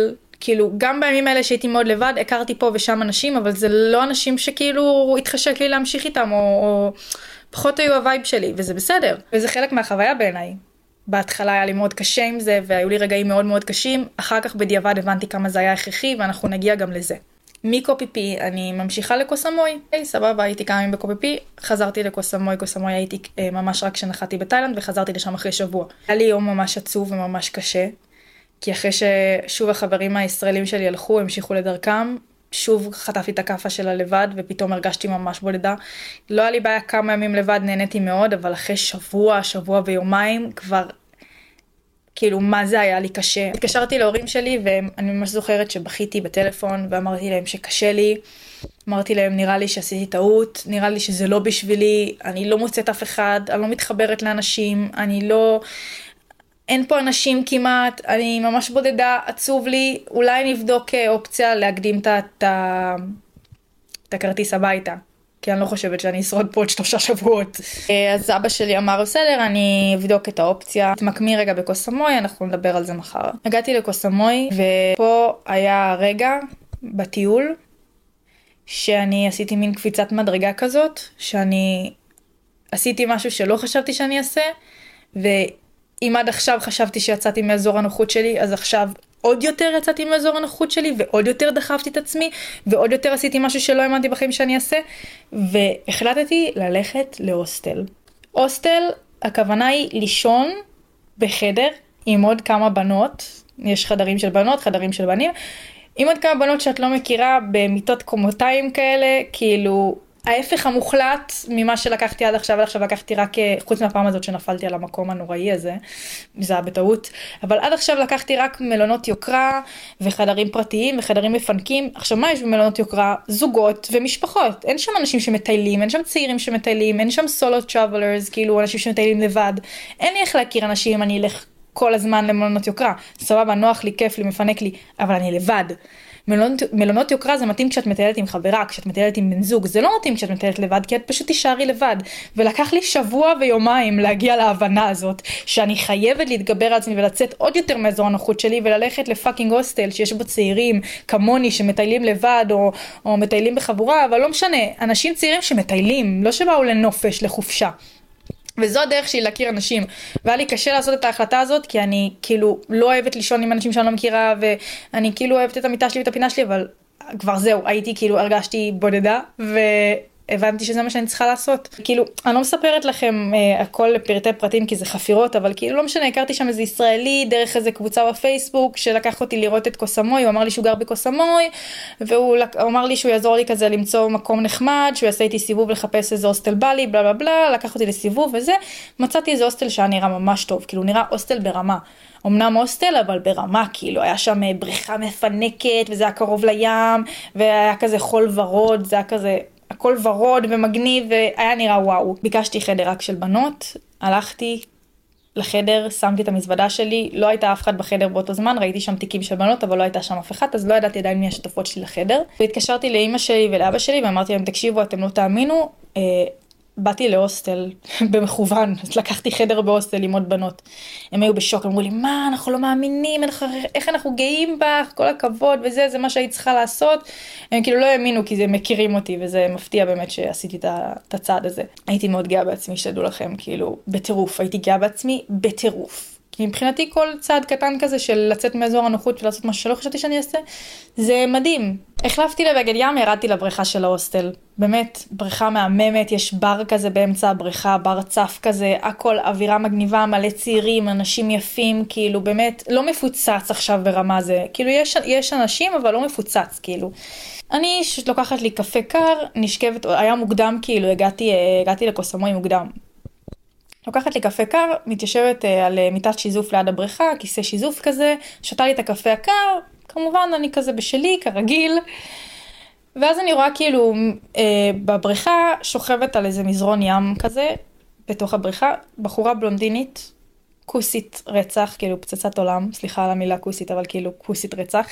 [SPEAKER 1] כאילו, גם בימים האלה שהייתי מאוד לבד, הכרתי פה ושם אנשים, אבל זה לא אנשים שכאילו התחשק לי להמשיך איתם, או, או פחות היו הווייב שלי, וזה בסדר. וזה חלק מהחוויה בעיניי. בהתחלה היה לי מאוד קשה עם זה, והיו לי רגעים מאוד מאוד קשים. אחר כך בדיעבד הבנתי כמה זה היה הכרחי, ואנחנו נגיע גם לזה. מקופיפי אני ממשיכה לקוסמוי. היי, סבבה, הייתי כמה ימים בקופיפי, חזרתי לקוסמוי, קוסמוי הייתי אה, ממש רק כשנחתי בתאילנד, וחזרתי לשם אחרי שבוע. היה לי יום ממש עצוב וממש קשה, כי אחרי ששוב החברים הישראלים שלי הלכו, המשיכו לדרכם, שוב חטפתי את הכאפה שלה לבד, ופתאום הרגשתי ממש בודדה. לא היה לי בעיה כמה ימים לבד, נהניתי מאוד, אבל אחרי שבוע, שבוע ויומיים, כבר, כאילו, מה זה היה לי קשה. התקשרתי להורים שלי, ואני ממש זוכרת שבכיתי בטלפון, ואמרתי להם שקשה לי. אמרתי להם, נראה לי שעשיתי טעות, נראה לי שזה לא בשבילי, אני לא מוצאת אף אחד, אני לא מתחברת לאנשים, אני לא... אין פה אנשים כמעט, אני ממש בודדה, עצוב לי, אולי נבדוק אופציה להקדים את הכרטיס הביתה, כי אני לא חושבת שאני אשרוד פה עוד שלושה שבועות. אז אבא שלי אמר, בסדר, אני אבדוק את האופציה, תמקמי רגע בקוסמוי, אנחנו נדבר על זה מחר. הגעתי לקוסמוי, ופה היה רגע בטיול, שאני עשיתי מין קפיצת מדרגה כזאת, שאני עשיתי משהו שלא חשבתי שאני אעשה, ו... אם עד עכשיו חשבתי שיצאתי מאזור הנוחות שלי, אז עכשיו עוד יותר יצאתי מאזור הנוחות שלי, ועוד יותר דחפתי את עצמי, ועוד יותר עשיתי משהו שלא האמנתי בחיים שאני אעשה, והחלטתי ללכת להוסטל. הוסטל, הכוונה היא לישון בחדר עם עוד כמה בנות, יש חדרים של בנות, חדרים של בנים, עם עוד כמה בנות שאת לא מכירה במיטות קומותיים כאלה, כאילו... ההפך המוחלט ממה שלקחתי עד עכשיו, עד עכשיו לקחתי רק חוץ מהפעם הזאת שנפלתי על המקום הנוראי הזה, זה היה בטעות, אבל עד עכשיו לקחתי רק מלונות יוקרה וחדרים פרטיים וחדרים מפנקים. עכשיו מה יש במלונות יוקרה? זוגות ומשפחות, אין שם אנשים שמטיילים, אין שם צעירים שמטיילים, אין שם סולו טראבלרס, כאילו אנשים שמטיילים לבד, אין לי איך להכיר אנשים אם אני אלך כל הזמן למלונות יוקרה, סבבה, נוח לי, כיף לי, מפנק לי, אבל אני לבד. מלונות, מלונות יוקרה זה מתאים כשאת מטיילת עם חברה, כשאת מטיילת עם בן זוג, זה לא מתאים כשאת מטיילת לבד, כי את פשוט תישארי לבד. ולקח לי שבוע ויומיים להגיע להבנה הזאת, שאני חייבת להתגבר על עצמי ולצאת עוד יותר מאזור הנוחות שלי, וללכת לפאקינג הוסטל שיש בו צעירים כמוני שמטיילים לבד, או, או מטיילים בחבורה, אבל לא משנה, אנשים צעירים שמטיילים, לא שבאו לנופש, לחופשה. וזו הדרך שלי להכיר אנשים, והיה לי קשה לעשות את ההחלטה הזאת, כי אני כאילו לא אוהבת לישון עם אנשים שאני לא מכירה, ואני כאילו אוהבת את המיטה שלי ואת הפינה שלי, אבל כבר זהו, הייתי כאילו, הרגשתי בודדה, והבנתי שזה מה שאני צריכה לעשות. כאילו, אני לא מספרת לכם אה, הכל לפרטי פרטים, כי זה חפירות, אבל כאילו לא משנה, הכרתי שם איזה ישראלי, דרך איזה קבוצה בפייסבוק, שלקח אותי לראות את קוסמוי, הוא אמר לי שהוא גר בקוסמוי, והוא אמר לי שהוא יעזור לי כזה למצוא מקום נחמד, שהוא יעשה איתי סיבוב לחפש איזה הוסטל בא לי, בלה בלה בלה, לקח אותי לסיבוב וזה, מצאתי איזה הוסטל שהיה נראה ממש טוב, כאילו נראה הוסטל ברמה. אמנם הוסטל, אבל ברמה, כאילו, היה שם בריכה מפנקת, וזה היה קרוב לים, והיה כזה חול ורוד, זה היה כזה, הכל ורוד ומגניב, והיה נראה וואו. ביקשתי חדר רק של בנות, הלכתי לחדר, שמתי את המזוודה שלי, לא הייתה אף אחד בחדר באותו זמן, ראיתי שם תיקים של בנות, אבל לא הייתה שם אף אחד, אז לא ידעתי עדיין מי השותפות שלי לחדר. והתקשרתי לאמא שלי ולאבא שלי, ואמרתי להם, תקשיבו, אתם לא תאמינו, אה, באתי להוסטל במכוון, אז לקחתי חדר בהוסטל עם עוד בנות. הם היו בשוק, אמרו לי, מה, אנחנו לא מאמינים, איך אנחנו גאים בך, כל הכבוד וזה, זה מה שהיית צריכה לעשות. הם כאילו לא האמינו, כי זה מכירים אותי, וזה מפתיע באמת שעשיתי את הצעד הזה. הייתי מאוד גאה בעצמי, שתדעו לכם, כאילו, בטירוף, הייתי גאה בעצמי בטירוף. כי מבחינתי כל צעד קטן כזה של לצאת מאזור הנוחות ולעשות משהו שלא חשבתי שאני אעשה, זה מדהים. החלפתי לבגד ים, ירדתי לבריכה של ההוסטל. באמת, בריכה מהממת, יש בר כזה באמצע הבריכה, בר צף כזה, הכל אווירה מגניבה, מלא צעירים, אנשים יפים, כאילו באמת לא מפוצץ עכשיו ברמה זה. כאילו יש, יש אנשים אבל לא מפוצץ, כאילו. אני לוקחת לי קפה קר, נשכבת, היה מוקדם כאילו, הגעתי, הגעתי לקוסמוי מוקדם. לוקחת לי קפה קר, מתיישבת אה, על מיטת שיזוף ליד הבריכה, כיסא שיזוף כזה, שותה לי את הקפה הקר, כמובן אני כזה בשלי, כרגיל, ואז אני רואה כאילו אה, בבריכה שוכבת על איזה מזרון ים כזה, בתוך הבריכה, בחורה בלונדינית, כוסית רצח, כאילו פצצת עולם, סליחה על המילה כוסית, אבל כאילו כוסית רצח,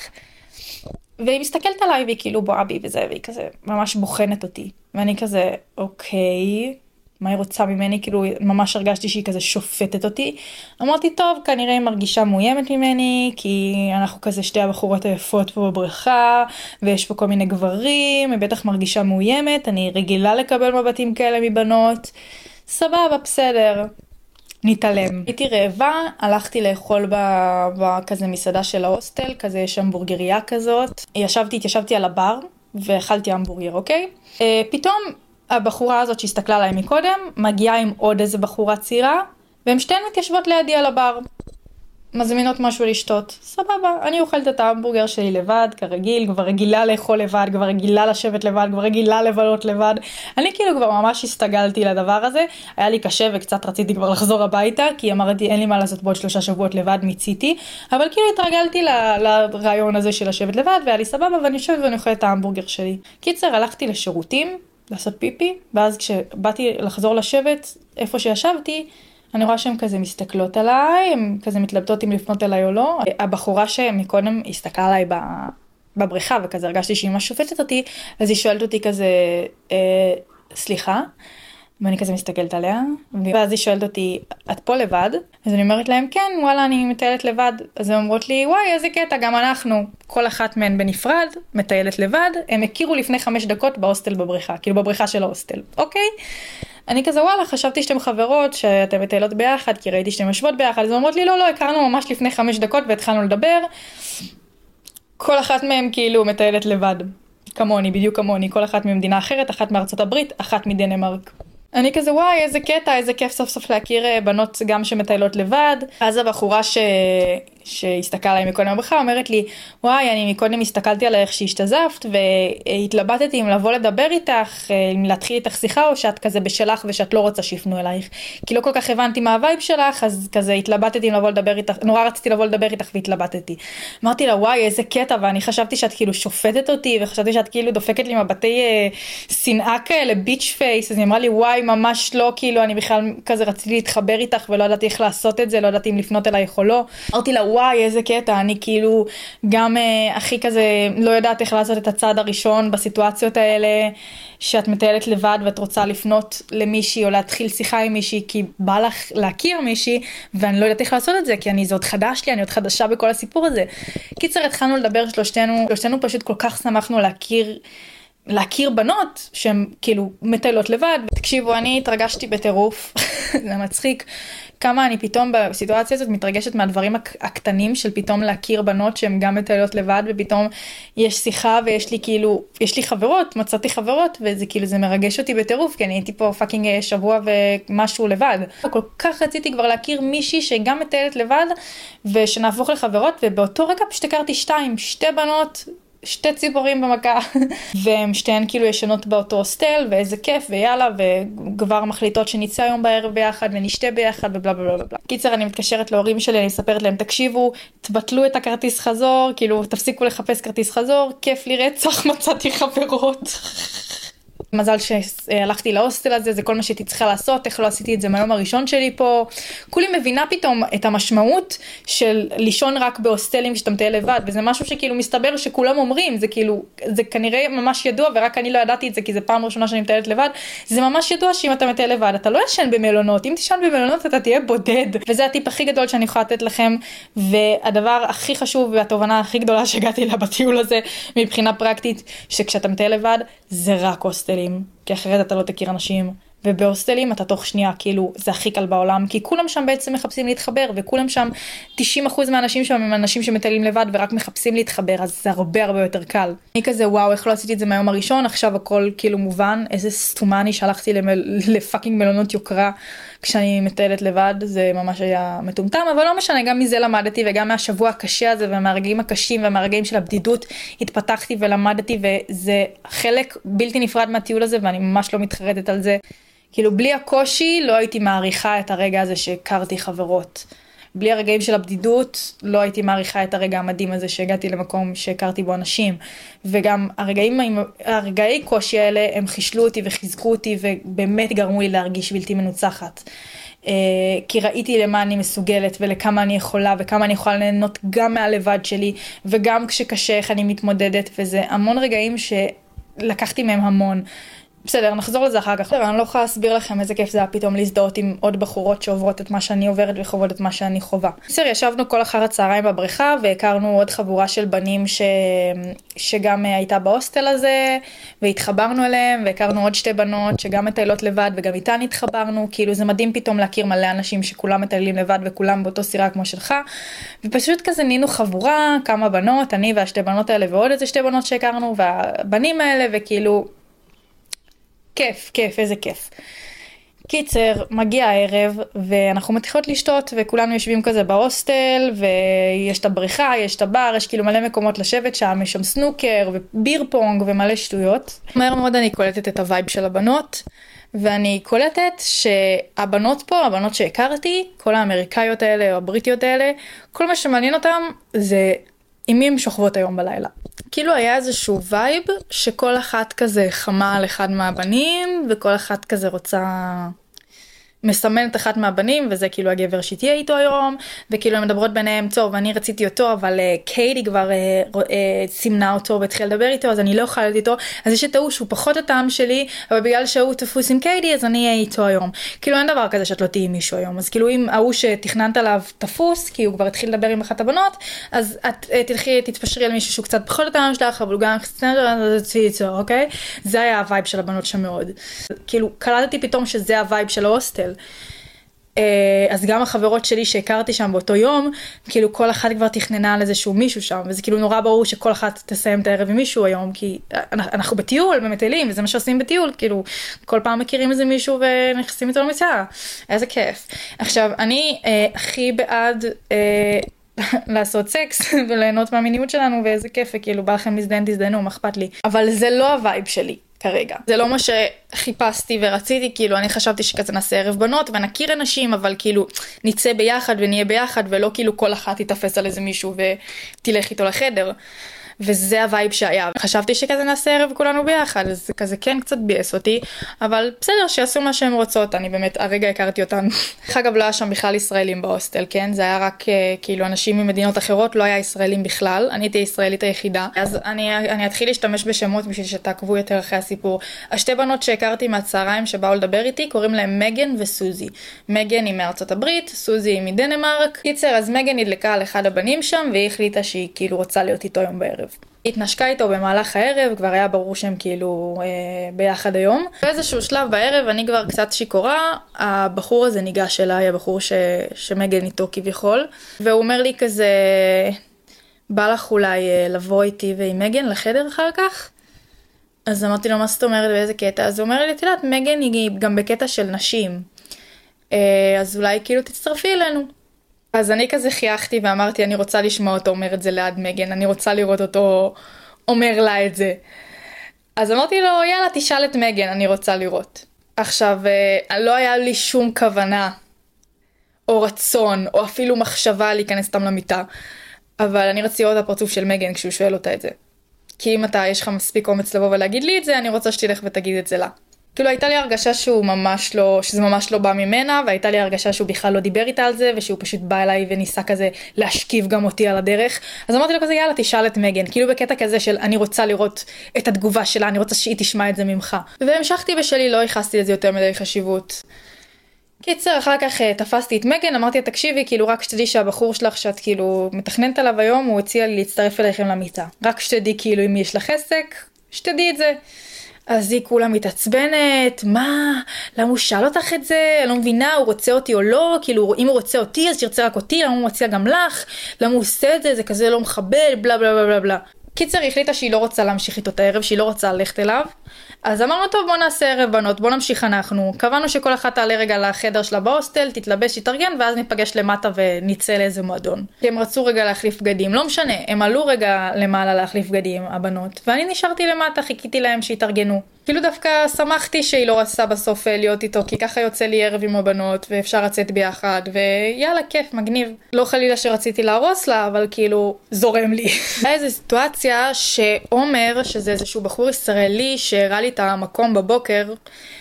[SPEAKER 1] והיא מסתכלת עליי והיא כאילו בואה בי וזה, והיא כזה ממש בוחנת אותי, ואני כזה, אוקיי, מה היא רוצה ממני, כאילו ממש הרגשתי שהיא כזה שופטת אותי. אמרתי, טוב, כנראה היא מרגישה מאוימת ממני, כי אנחנו כזה שתי הבחורות היפות פה בבריכה, ויש פה כל מיני גברים, היא בטח מרגישה מאוימת, אני רגילה לקבל מבטים כאלה מבנות, סבבה, בסדר. נתעלם. הייתי רעבה, הלכתי לאכול בכזה מסעדה של ההוסטל, כזה יש המבורגריה כזאת. ישבתי, התיישבתי על הבר, ואכלתי המבורגר, אוקיי? פתאום הבחורה הזאת שהסתכלה עליי מקודם, מגיעה עם עוד איזה בחורה צעירה, והן שתיהן מתיישבות לידי על הבר. מזמינות משהו לשתות. סבבה, אני אוכלת את ההמבורגר שלי לבד, כרגיל, כבר רגילה לאכול לבד, כבר רגילה לשבת לבד, כבר רגילה לבלות לבד. אני כאילו כבר ממש הסתגלתי לדבר הזה, היה לי קשה וקצת רציתי כבר לחזור הביתה, כי אמרתי אין לי מה לעשות בעוד שלושה שבועות לבד, מיציתי, אבל כאילו התרגלתי ל- לרעיון הזה של לשבת לבד, והיה לי סבבה, ואני יושבת ואני אוכלת את ההמבורגר שלי. קיצר, הלכתי לשירותים, לעשות פיפי, ואז כשבאתי לחזור לשבת, איפה שישבתי, אני רואה שהן כזה מסתכלות עליי, הן כזה מתלבטות אם לפנות אליי או לא. הבחורה שמקודם הסתכלה עליי בבריכה, וכזה הרגשתי שהיא ממש שופטת אותי, אז היא שואלת אותי כזה, אה, סליחה? ואני כזה מסתכלת עליה, ואז היא שואלת אותי, את פה לבד? אז אני אומרת להם, כן, וואלה, אני מטיילת לבד. אז הן אומרות לי, וואי, איזה קטע, גם אנחנו, כל אחת מהן בנפרד, מטיילת לבד. הם הכירו לפני חמש דקות בהוסטל בבריכה, כאילו בבריכה של ההוסטל, אוקיי? אני כזה, וואלה, חשבתי שאתם חברות, שאתם מטיילות ביחד, כי ראיתי שאתם יושבות ביחד. אז הן אומרות לי, לא, לא, הכרנו ממש לפני חמש דקות והתחלנו לדבר. כל אחת מהן כאילו מטיילת לבד. כמוני, בדיוק כמוני, כל אחת ממדינה אחרת, אחת מארצות הברית, אחת מדנמרק. אני כזה, וואי, איזה קטע, איזה כיף סוף סוף להכיר בנות גם שמטיילות לבד. אז הבחורה ש... שהסתכלה עליי מקודם בבריכה, אומרת לי, וואי, אני מקודם הסתכלתי עלייך שהשתזפת, והתלבטתי אם לבוא לדבר איתך, אם להתחיל איתך שיחה, או שאת כזה בשלך ושאת לא רוצה שיפנו אלייך. כי לא כל כך הבנתי מה הווייב שלך, אז כזה התלבטתי אם לבוא לדבר איתך, נורא רציתי לבוא לדבר איתך והתלבטתי. אמרתי לה, וואי, איזה קטע, ואני חשבתי שאת כאילו שופטת אותי, וחשבתי שאת כאילו דופקת לי מבטי אה, שנאה כאלה, ביץ' פייס, אז היא אמרה לי, וואי, ממש לא, כאילו, אני בכלל כזה רציתי להתחבר איתך, ולא ידעתי איך לעשות את זה, לא ידעתי אם לפנות אלייך או לא. אמרתי לה, וואי, איזה קטע, אני כאילו גם אה, הכי כזה לא יודעת איך לעשות את הצעד הראשון בסיטואציות האלה, שאת מטיילת לבד ואת רוצה לפנות למישהי או להתחיל שיחה עם מישהי, כי בא לך להכיר מישהי, ואני לא יודעת איך לעשות את זה, כי אני, זה עוד חדש לי, אני עוד חדשה בכל הסיפור הזה. קיצר, התחלנו לדבר שלושתנו, שלושתנו פשוט כל כך שמחנו להכיר, להכיר בנות שהן כאילו מטיילות לבד. תקשיבו, אני התרגשתי בטירוף, זה מצחיק. כמה אני פתאום בסיטואציה הזאת מתרגשת מהדברים הקטנים של פתאום להכיר בנות שהן גם מטיילות לבד, ופתאום יש שיחה ויש לי כאילו, יש לי חברות, מצאתי חברות, וזה כאילו זה מרגש אותי בטירוף, כי אני הייתי פה פאקינג שבוע ומשהו לבד. כל כך רציתי כבר להכיר מישהי שגם מטיילת לבד, ושנהפוך לחברות, ובאותו רגע פשוט הכרתי שתיים, שתי בנות, שתי ציפורים במכה, והן שתיהן כאילו ישנות באותו הוסטל, ואיזה כיף, ויאללה, וכבר מחליטות שנצא היום בערב ביחד, ונשתה ביחד, ובלה בלה בלה בלה. קיצר, אני מתקשרת להורים שלי, אני מספרת להם, תקשיבו, תבטלו את הכרטיס חזור, כאילו, תפסיקו לחפש כרטיס חזור, כיף לי רצח, מצאתי חברות. מזל שהלכתי להוסטל הזה, זה כל מה שהייתי צריכה לעשות, איך לא עשיתי את זה מהיום הראשון שלי פה. כולי מבינה פתאום את המשמעות של לישון רק בהוסטלים כשאתה מטייל לבד, וזה משהו שכאילו מסתבר שכולם אומרים, זה כאילו, זה כנראה ממש ידוע, ורק אני לא ידעתי את זה, כי זה פעם ראשונה שאני מטיילת לבד, זה ממש ידוע שאם אתה מטייל לבד, אתה לא ישן במלונות, אם תישן במלונות אתה תהיה בודד, וזה הטיפ הכי גדול שאני יכולה לתת לכם, והדבר הכי חשוב והתובנה הכי גדולה שהגעתי לה בטיול הזה, מבחינה פרקטית, שכשאתה מטייל לבד, זה רק הוסטלים. כי אחרת אתה לא תכיר אנשים, ובהוסטלים אתה תוך שנייה, כאילו זה הכי קל בעולם, כי כולם שם בעצם מחפשים להתחבר, וכולם שם, תשעים אחוז מהאנשים שם הם אנשים שמטיילים לבד ורק מחפשים להתחבר, אז זה הרבה הרבה יותר קל. אני כזה, וואו, איך לא עשיתי את זה מהיום הראשון, עכשיו הכל כאילו מובן, איזה סתומני שהלכתי למל... לפאקינג מלונות יוקרה, כשאני מטיילת לבד, זה ממש היה מטומטם, אבל לא משנה, גם מזה למדתי, וגם מהשבוע הקשה הזה, ומהרגעים הקשים, ומהרגעים של הבדידות, התפתחתי ולמדתי, וזה חלק בלתי נפרד מהטיול הזה, ואני ממש לא מתחרטת על זה. כאילו, בלי הקושי, לא הייתי מעריכה את הרגע הזה שהכרתי חברות. בלי הרגעים של הבדידות, לא הייתי מעריכה את הרגע המדהים הזה שהגעתי למקום שהכרתי בו אנשים. וגם הרגעים, הרגעי קושי האלה, הם חישלו אותי וחיזקו אותי, ובאמת גרמו לי להרגיש בלתי מנוצחת. כי ראיתי למה אני מסוגלת, ולכמה אני יכולה, וכמה אני יכולה ליהנות גם מהלבד שלי, וגם כשקשה איך אני מתמודדת, וזה המון רגעים שלקחתי מהם המון. בסדר, נחזור לזה אחר כך. אני לא יכולה להסביר לכם איזה כיף זה היה פתאום להזדהות עם עוד בחורות שעוברות את מה שאני עוברת וחוות את מה שאני חובה. בסדר, ישבנו כל אחר הצהריים בבריכה והכרנו עוד חבורה של בנים ש... שגם הייתה בהוסטל הזה, והתחברנו אליהם, והכרנו עוד שתי בנות שגם מטיילות לבד וגם איתן התחברנו. כאילו זה מדהים פתאום להכיר מלא אנשים שכולם מטיילים לבד וכולם באותו סירה כמו שלך, ופשוט כזה נינו חבורה, כמה בנות, אני והשתי בנות האלה ועוד איזה שתי בנות שהכרנו, והבנים האלה, וכאילו כיף, כיף, איזה כיף. קיצר, מגיע הערב, ואנחנו מתחילות לשתות, וכולנו יושבים כזה בהוסטל, ויש את הבריכה, יש את הבר, יש כאילו מלא מקומות לשבת שם, יש שם סנוקר, וביר פונג, ומלא שטויות. מהר מאוד אני קולטת את הווייב של הבנות, ואני קולטת שהבנות פה, הבנות שהכרתי, כל האמריקאיות האלה, או הבריטיות האלה, כל מה שמעניין אותם זה עם מי הם שוכבות היום בלילה. כאילו היה איזשהו וייב שכל אחת כזה חמה על אחד מהבנים, וכל אחת כזה רוצה מסמנת אחת מהבנים, וזה כאילו הגבר שתהיה איתו היום, וכאילו הם מדברות ביניהם, טוב, אני רציתי אותו, אבל uh, קיידי כבר uh, uh, סימנה אותו והתחיל לדבר איתו, אז אני לא יכולה להיות איתו, אז יש את ההוא שהוא פחות הטעם שלי, אבל בגלל שהוא תפוס עם קיידי, אז אני אהיה איתו היום. כאילו אין דבר כזה שאת לא תהיי מישהו היום, אז כאילו אם ההוא שתכננת עליו תפוס, כי הוא כבר התחיל לדבר עם אחת הבנות, אז את uh, תלכי, תתפשרי על מישהו שהוא קצת פחות הטעם שלך, אבל הוא גם תצאי איתו, אוקיי? זה היה הווייב של הבנות שם מאוד. כאילו קלטתי פתאום שזה הווייב של ההוסטל. אז גם החברות שלי שהכרתי שם באותו יום, כאילו כל אחת כבר תכננה על איזשהו מישהו שם, וזה כאילו נורא ברור שכל אחת תסיים את הערב עם מישהו היום, כי אנחנו בטיול, במטיילים, וזה מה שעושים בטיול, כאילו כל פעם מכירים איזה מישהו ונכנסים איתו למיטה, איזה כיף. עכשיו, אני אה, הכי בעד אה, לעשות סקס וליהנות מהמיניות שלנו, ואיזה כיף, וכאילו בא לכם להזדהן, תזדהנו, מה אכפת לי, אבל זה לא הווייב שלי. כרגע. זה לא מה שחיפשתי ורציתי, כאילו אני חשבתי שכזה נעשה ערב בנות ונכיר אנשים, אבל כאילו נצא ביחד ונהיה ביחד, ולא כאילו כל אחת תתאפס על איזה מישהו ותלך איתו לחדר. וזה הווייב שהיה. חשבתי שכזה נעשה ערב כולנו ביחד, אז זה כזה כן קצת ביאס אותי, אבל בסדר, שיעשו מה שהם רוצות, אני באמת הרגע הכרתי אותן. אגב, לא היה שם בכלל ישראלים בהוסטל, כן? זה היה רק כאילו אנשים ממדינות אחרות, לא היה ישראלים בכלל, אני הייתי ישראלית היחידה. אז אני, אני אתחיל להשתמש בשמות בשביל שתעקבו יותר אחרי הסיפור. השתי בנות שהכרתי מהצהריים שבאו לדבר איתי, קוראים להם מגן וסוזי. מגן היא מארצות הברית, סוזי היא מדנמרק. קיצר, אז מגן נדלקה על אחד הבנים שם, והיא החליטה שהיא כאילו רוצה להיות איתו היום בערב. התנשקה איתו במהלך הערב, כבר היה ברור שהם כאילו אה, ביחד היום. באיזשהו שלב בערב אני כבר קצת שיקורה, הבחור הזה ניגש אליי, הבחור ש... שמגן איתו כביכול, והוא אומר לי כזה, בא לך אולי אה, לבוא איתי ועם מגן לחדר אחר כך? אז אמרתי לו, מה זאת אומרת, באיזה קטע? אז הוא אומר לי, תדעת, מגן היא גם בקטע של נשים, אה, אז אולי כאילו תצטרפי אלינו. אז אני כזה חייכתי ואמרתי, אני רוצה לשמוע אותו אומר את זה ליד מגן, אני רוצה לראות אותו אומר לה את זה. אז אמרתי לו, יאללה, תשאל את מגן, אני רוצה לראות. עכשיו, לא היה לי שום כוונה, או רצון, או אפילו מחשבה להיכנס סתם למיטה, אבל אני רציתי לראות את הפרצוף של מגן כשהוא שואל אותה את זה. כי אם אתה, יש לך מספיק אומץ לבוא ולהגיד לי את זה, אני רוצה שתלך ותגיד את זה לה. כאילו הייתה לי הרגשה שהוא ממש לא, שזה ממש לא בא ממנה, והייתה לי הרגשה שהוא בכלל לא דיבר איתה על זה, ושהוא פשוט בא אליי וניסה כזה להשכיב גם אותי על הדרך. אז אמרתי לו כזה, יאללה, תשאל את מגן, כאילו בקטע כזה של אני רוצה לראות את התגובה שלה, אני רוצה שהיא תשמע את זה ממך. והמשכתי בשלי, לא ייחסתי לזה יותר מדי חשיבות. קיצר, אחר כך תפסתי את מגן, אמרתי, תקשיבי, כאילו רק שתדעי שהבחור שלך שאת כאילו מתכננת עליו היום, הוא הציע לי להצטרף אליכם למיטה. רק שתדעי כאילו אם יש לך עסק, שתדעי את זה. אז היא כולה מתעצבנת, מה? למה הוא שאל אותך את זה? אני לא מבינה, הוא רוצה אותי או לא? כאילו, אם הוא רוצה אותי, אז שירצה רק אותי, למה הוא מציע גם לך? למה הוא עושה את זה? זה כזה לא מכבד, בלה בלה בלה בלה בלה. קיצר, היא החליטה שהיא לא רוצה להמשיך איתו את הערב, שהיא לא רוצה ללכת אליו. אז אמרנו, טוב, בוא נעשה ערב בנות, בוא נמשיך אנחנו. קבענו שכל אחת תעלה רגע לחדר שלה בהוסטל, תתלבש, תתארגן, ואז ניפגש למטה ונצא לאיזה מועדון. כי הם רצו רגע להחליף בגדים, לא משנה, הם עלו רגע למעלה להחליף בגדים, הבנות, ואני נשארתי למטה, חיכיתי להם שהתארגנו. כאילו דווקא שמחתי שהיא לא רצה בסוף להיות איתו, כי ככה יוצא לי ערב עם הבנות, ואפשר לצאת ביחד, ויאללה, כיף, מגניב. לא חלילה שרציתי להרוס לה, אבל כאילו, זורם לי. היה איזו סיטואציה שעומר, שזה איזשהו בחור ישראלי, שהראה לי את המקום בבוקר,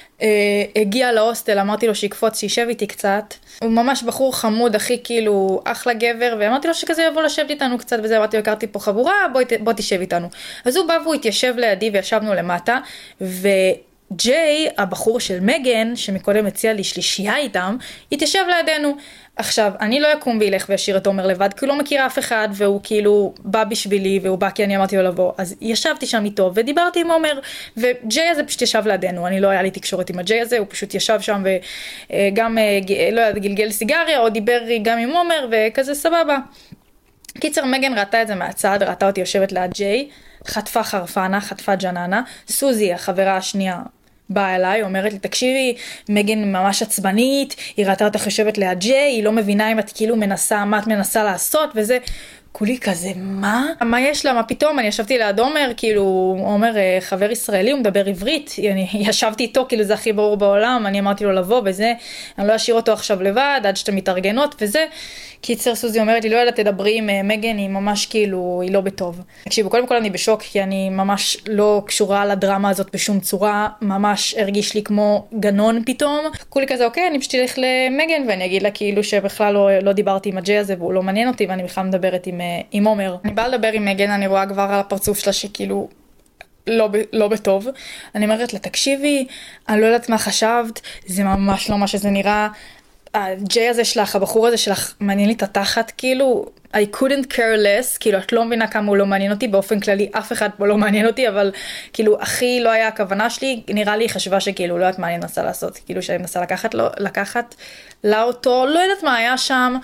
[SPEAKER 1] הגיע להוסטל, אמרתי לו שיקפוץ, שישב איתי קצת. הוא ממש בחור חמוד, הכי כאילו אחלה גבר, ואמרתי לו שכזה יבוא לשבת איתנו קצת, וזה אמרתי לו, הכרתי פה חבורה, בוא, בוא תשב איתנו. אז הוא בא והוא התיישב לידי וישבנו למטה, ג'יי, הבחור של מגן, שמקודם הציע לי שלישייה איתם, התיישב לידינו. עכשיו, אני לא יקום וילך וישאיר את עומר לבד, כי הוא לא מכיר אף אחד, והוא כאילו בא בשבילי, והוא בא כי אני אמרתי לו לבוא. אז ישבתי שם איתו, ודיברתי עם עומר, וג'יי הזה פשוט ישב לידינו. אני לא היה לי תקשורת עם הג'יי הזה, הוא פשוט ישב שם, וגם, לא יודע, גלגל סיגריה, או דיבר גם עם עומר, וכזה סבבה. קיצר, מגן ראתה את זה מהצד, ראתה אותי יושבת ליד ג'יי, חטפה חרפנה, חטפה ג'ננה. סוזי, החברה השנייה, באה אליי, אומרת לי, תקשיבי, מגן ממש עצבנית, היא ראתה אותך יושבת ליד ג'יי, היא לא מבינה אם את כאילו מנסה, מה את מנסה לעשות, וזה, כולי כזה, מה? מה יש לה? מה פתאום? אני ישבתי ליד עומר, כאילו, עומר חבר ישראלי, הוא מדבר עברית, אני ישבתי איתו, כאילו זה הכי ברור בעולם, אני אמרתי לו לבוא וזה, אני לא אשאיר אותו עכשיו לבד, עד שאתם מתארגנות וזה. קיצר, סוזי אומרת לי, לא יודעת, תדברי עם מגן, היא ממש כאילו, היא לא בטוב. תקשיבו, קודם כל אני בשוק, כי אני ממש לא קשורה לדרמה הזאת בשום צורה, ממש הרגיש לי כמו גנון פתאום. כולי כזה, אוקיי, אני פשוט אלך למגן, ואני אגיד לה כאילו שבכלל לא, לא דיברתי עם הג'יי הזה, והוא לא מעניין אותי, ואני בכלל מדברת עם, עם עומר. אני באה לדבר עם מגן, אני רואה כבר על הפרצוף שלה שכאילו, לא, לא בטוב. אני אומרת לה, תקשיבי, אני לא יודעת מה חשבת, זה ממש לא מה שזה נראה. הג'יי הזה שלך, הבחור הזה שלך, מעניין לי את התחת, כאילו, I couldn't care less, כאילו, את לא מבינה כמה הוא לא מעניין אותי, באופן כללי אף אחד פה לא מעניין אותי, אבל כאילו, הכי לא היה הכוונה שלי, נראה לי חשבה שכאילו, לא יודעת מה אני מנסה לעשות, כאילו, שאני מנסה לקחת, לא, לקחת לה אותו, לא יודעת מה היה שם,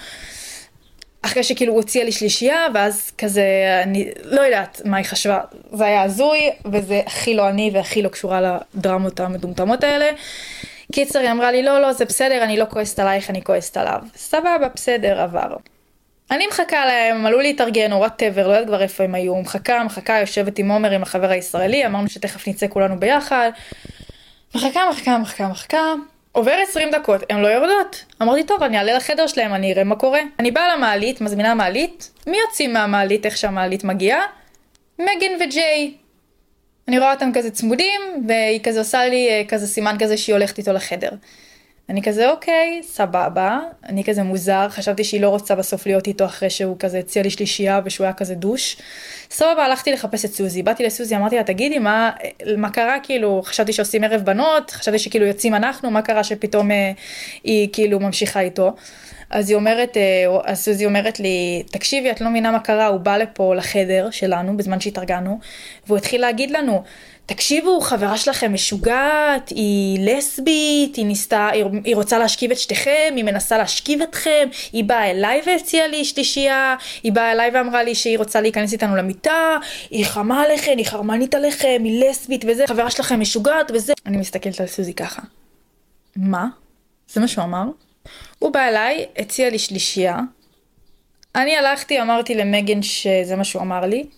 [SPEAKER 1] אחרי שכאילו הוא הציע לי שלישייה, ואז כזה, אני לא יודעת מה היא חשבה, זה היה הזוי, וזה הכי לא אני, והכי לא קשורה לדרמות המדומתמות האלה. קיצר, היא אמרה לי, לא, לא, זה בסדר, אני לא כועסת עלייך, אני כועסת עליו. סבבה, בסדר, עבר. אני מחכה להם, עלו להתארגן, או whatever, לא יודעת כבר איפה הם היו, מחכה, מחכה, יושבת עם עומר, עם החבר הישראלי, אמרנו שתכף נצא כולנו ביחד. מחכה, מחכה, מחכה, מחכה. עובר עשרים דקות, הן לא יורדות. אמרתי, טוב, אני אעלה לחדר שלהם, אני אראה מה קורה. אני באה למעלית, מזמינה מעלית. מי יוצאים מהמעלית, איך שהמעלית מגיעה? מגן וג'יי. אני רואה אותם כזה צמודים, והיא כזה עושה לי כזה סימן כזה שהיא הולכת איתו לחדר. אני כזה, אוקיי, סבבה. אני כזה מוזר, חשבתי שהיא לא רוצה בסוף להיות איתו אחרי שהוא כזה הציע לי שלישייה ושהוא היה כזה דוש. סבבה, הלכתי לחפש את סוזי. באתי לסוזי, אמרתי לה, תגידי, מה, מה קרה? כאילו, חשבתי שעושים ערב בנות, חשבתי שכאילו יוצאים אנחנו, מה קרה שפתאום אה, היא כאילו ממשיכה איתו. אז היא אומרת, אז סוזי אומרת לי, תקשיבי, את לא מבינה מה קרה, הוא בא לפה לחדר שלנו בזמן שהתארגנו, והוא התחיל להגיד לנו, תקשיבו, חברה שלכם משוגעת, היא לסבית, היא ניסתה, היא רוצה להשכיב את שתיכם, היא מנסה להשכיב אתכם, היא באה אליי והציעה לי שלישייה, היא באה אליי ואמרה לי שהיא רוצה להיכנס איתנו למיטה, היא חמה עליכם, היא חרמנית עליכם, היא לסבית וזה, חברה שלכם משוגעת וזה. אני מסתכלת על סוזי ככה. מה? זה מה שהוא אמר? הוא בא אליי, הציע לי שלישייה. אני הלכתי, אמרתי למגן שזה מה שהוא אמר לי.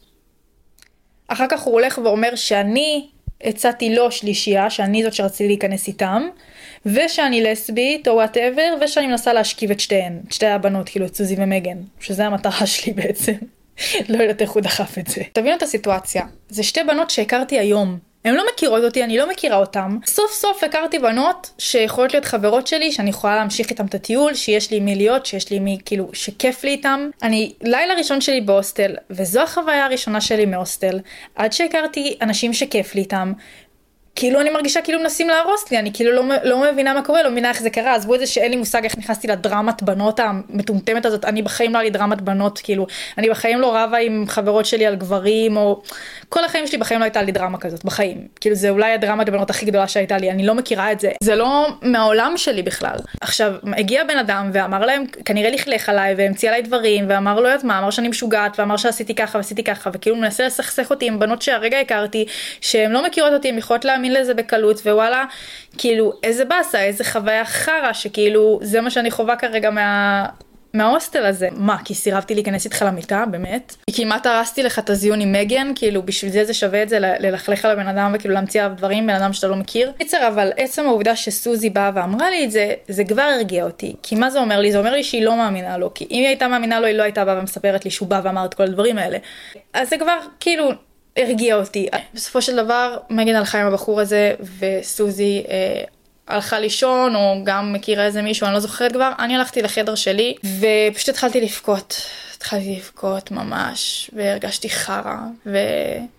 [SPEAKER 1] אחר כך הוא הולך ואומר שאני הצעתי לו שלישייה, שאני זאת שרציתי להיכנס איתם, ושאני לסבית או whatever, ושאני מנסה להשכיב את שתיהן, את שתי הבנות, כאילו את סוזי ומגן, שזה המטרה שלי בעצם. לא יודעת איך הוא דחף את זה. תבינו את הסיטואציה. זה שתי בנות שהכרתי היום. הן לא מכירות אותי, אני לא מכירה אותם. סוף סוף הכרתי בנות שיכולות להיות חברות שלי, שאני יכולה להמשיך איתם את הטיול, שיש לי מי להיות, שיש לי מי, כאילו, שכיף לי איתם. אני, לילה ראשון שלי בהוסטל, וזו החוויה הראשונה שלי מהוסטל, עד שהכרתי אנשים שכיף לי איתם, כאילו אני מרגישה כאילו מנסים להרוס לי, אני כאילו לא, לא מבינה מה קורה, לא מבינה איך זה קרה, עזבו את זה שאין לי מושג איך נכנסתי לדרמת בנות המטומטמת הזאת, אני בחיים לא היה לי דרמת בנות, כאילו, אני בחיים לא רבה עם חברות שלי על גברים, או כל החיים שלי בחיים לא הייתה לי דרמה כזאת, בחיים, כאילו זה אולי הדרמת הבנות הכי גדולה שהייתה לי, אני לא מכירה את זה, זה לא מהעולם שלי בכלל. עכשיו, הגיע בן אדם ואמר להם, כנראה לכלך עליי, והמציא עליי דברים, ואמר לא יודעת מה, אמר שאני משוגעת, ואמר שעשיתי ככה ועשיתי ככה, וכאילו מנסה לסכסך אותי עם בנות שהרגע הכרתי, שהן לא מכירות אותי, הן יכולות להאמין לזה בקלות, ווואלה, כאילו, איזה בסה, איזה חוויה חרה, שכאילו, זה מה שאני חובה כרגע מה... מההוסטל הזה. מה, כי סירבתי להיכנס איתך למיטה, באמת? כי כמעט הרסתי לך את הזיון עם מגן, כאילו, בשביל זה זה שווה את זה, ללכלך על הבן אדם, וכאילו להמציא עליו דברים, בן אדם שאתה לא מכיר. קיצר, אבל עצם העובדה שסוזי באה ואמרה לי את זה, זה כבר הרגיע אותי. כי מה זה אומר לי? זה אומר לי שהיא לא מאמינה לו, כי אם היא הייתה מאמינה לו, היא לא הייתה באה ומספרת לי שהוא בא ואמר את כל הדברים האלה. אז זה כבר, כאילו, הרגיע אותי. בסופו של דבר, מגן הלכה עם הבחור הזה, וסוזי אה, הלכה לישון, או גם מכירה איזה מישהו, אני לא זוכרת כבר. אני הלכתי לחדר שלי, ופשוט התחלתי לבכות. התחלתי לבכות ממש, והרגשתי חרה, ו...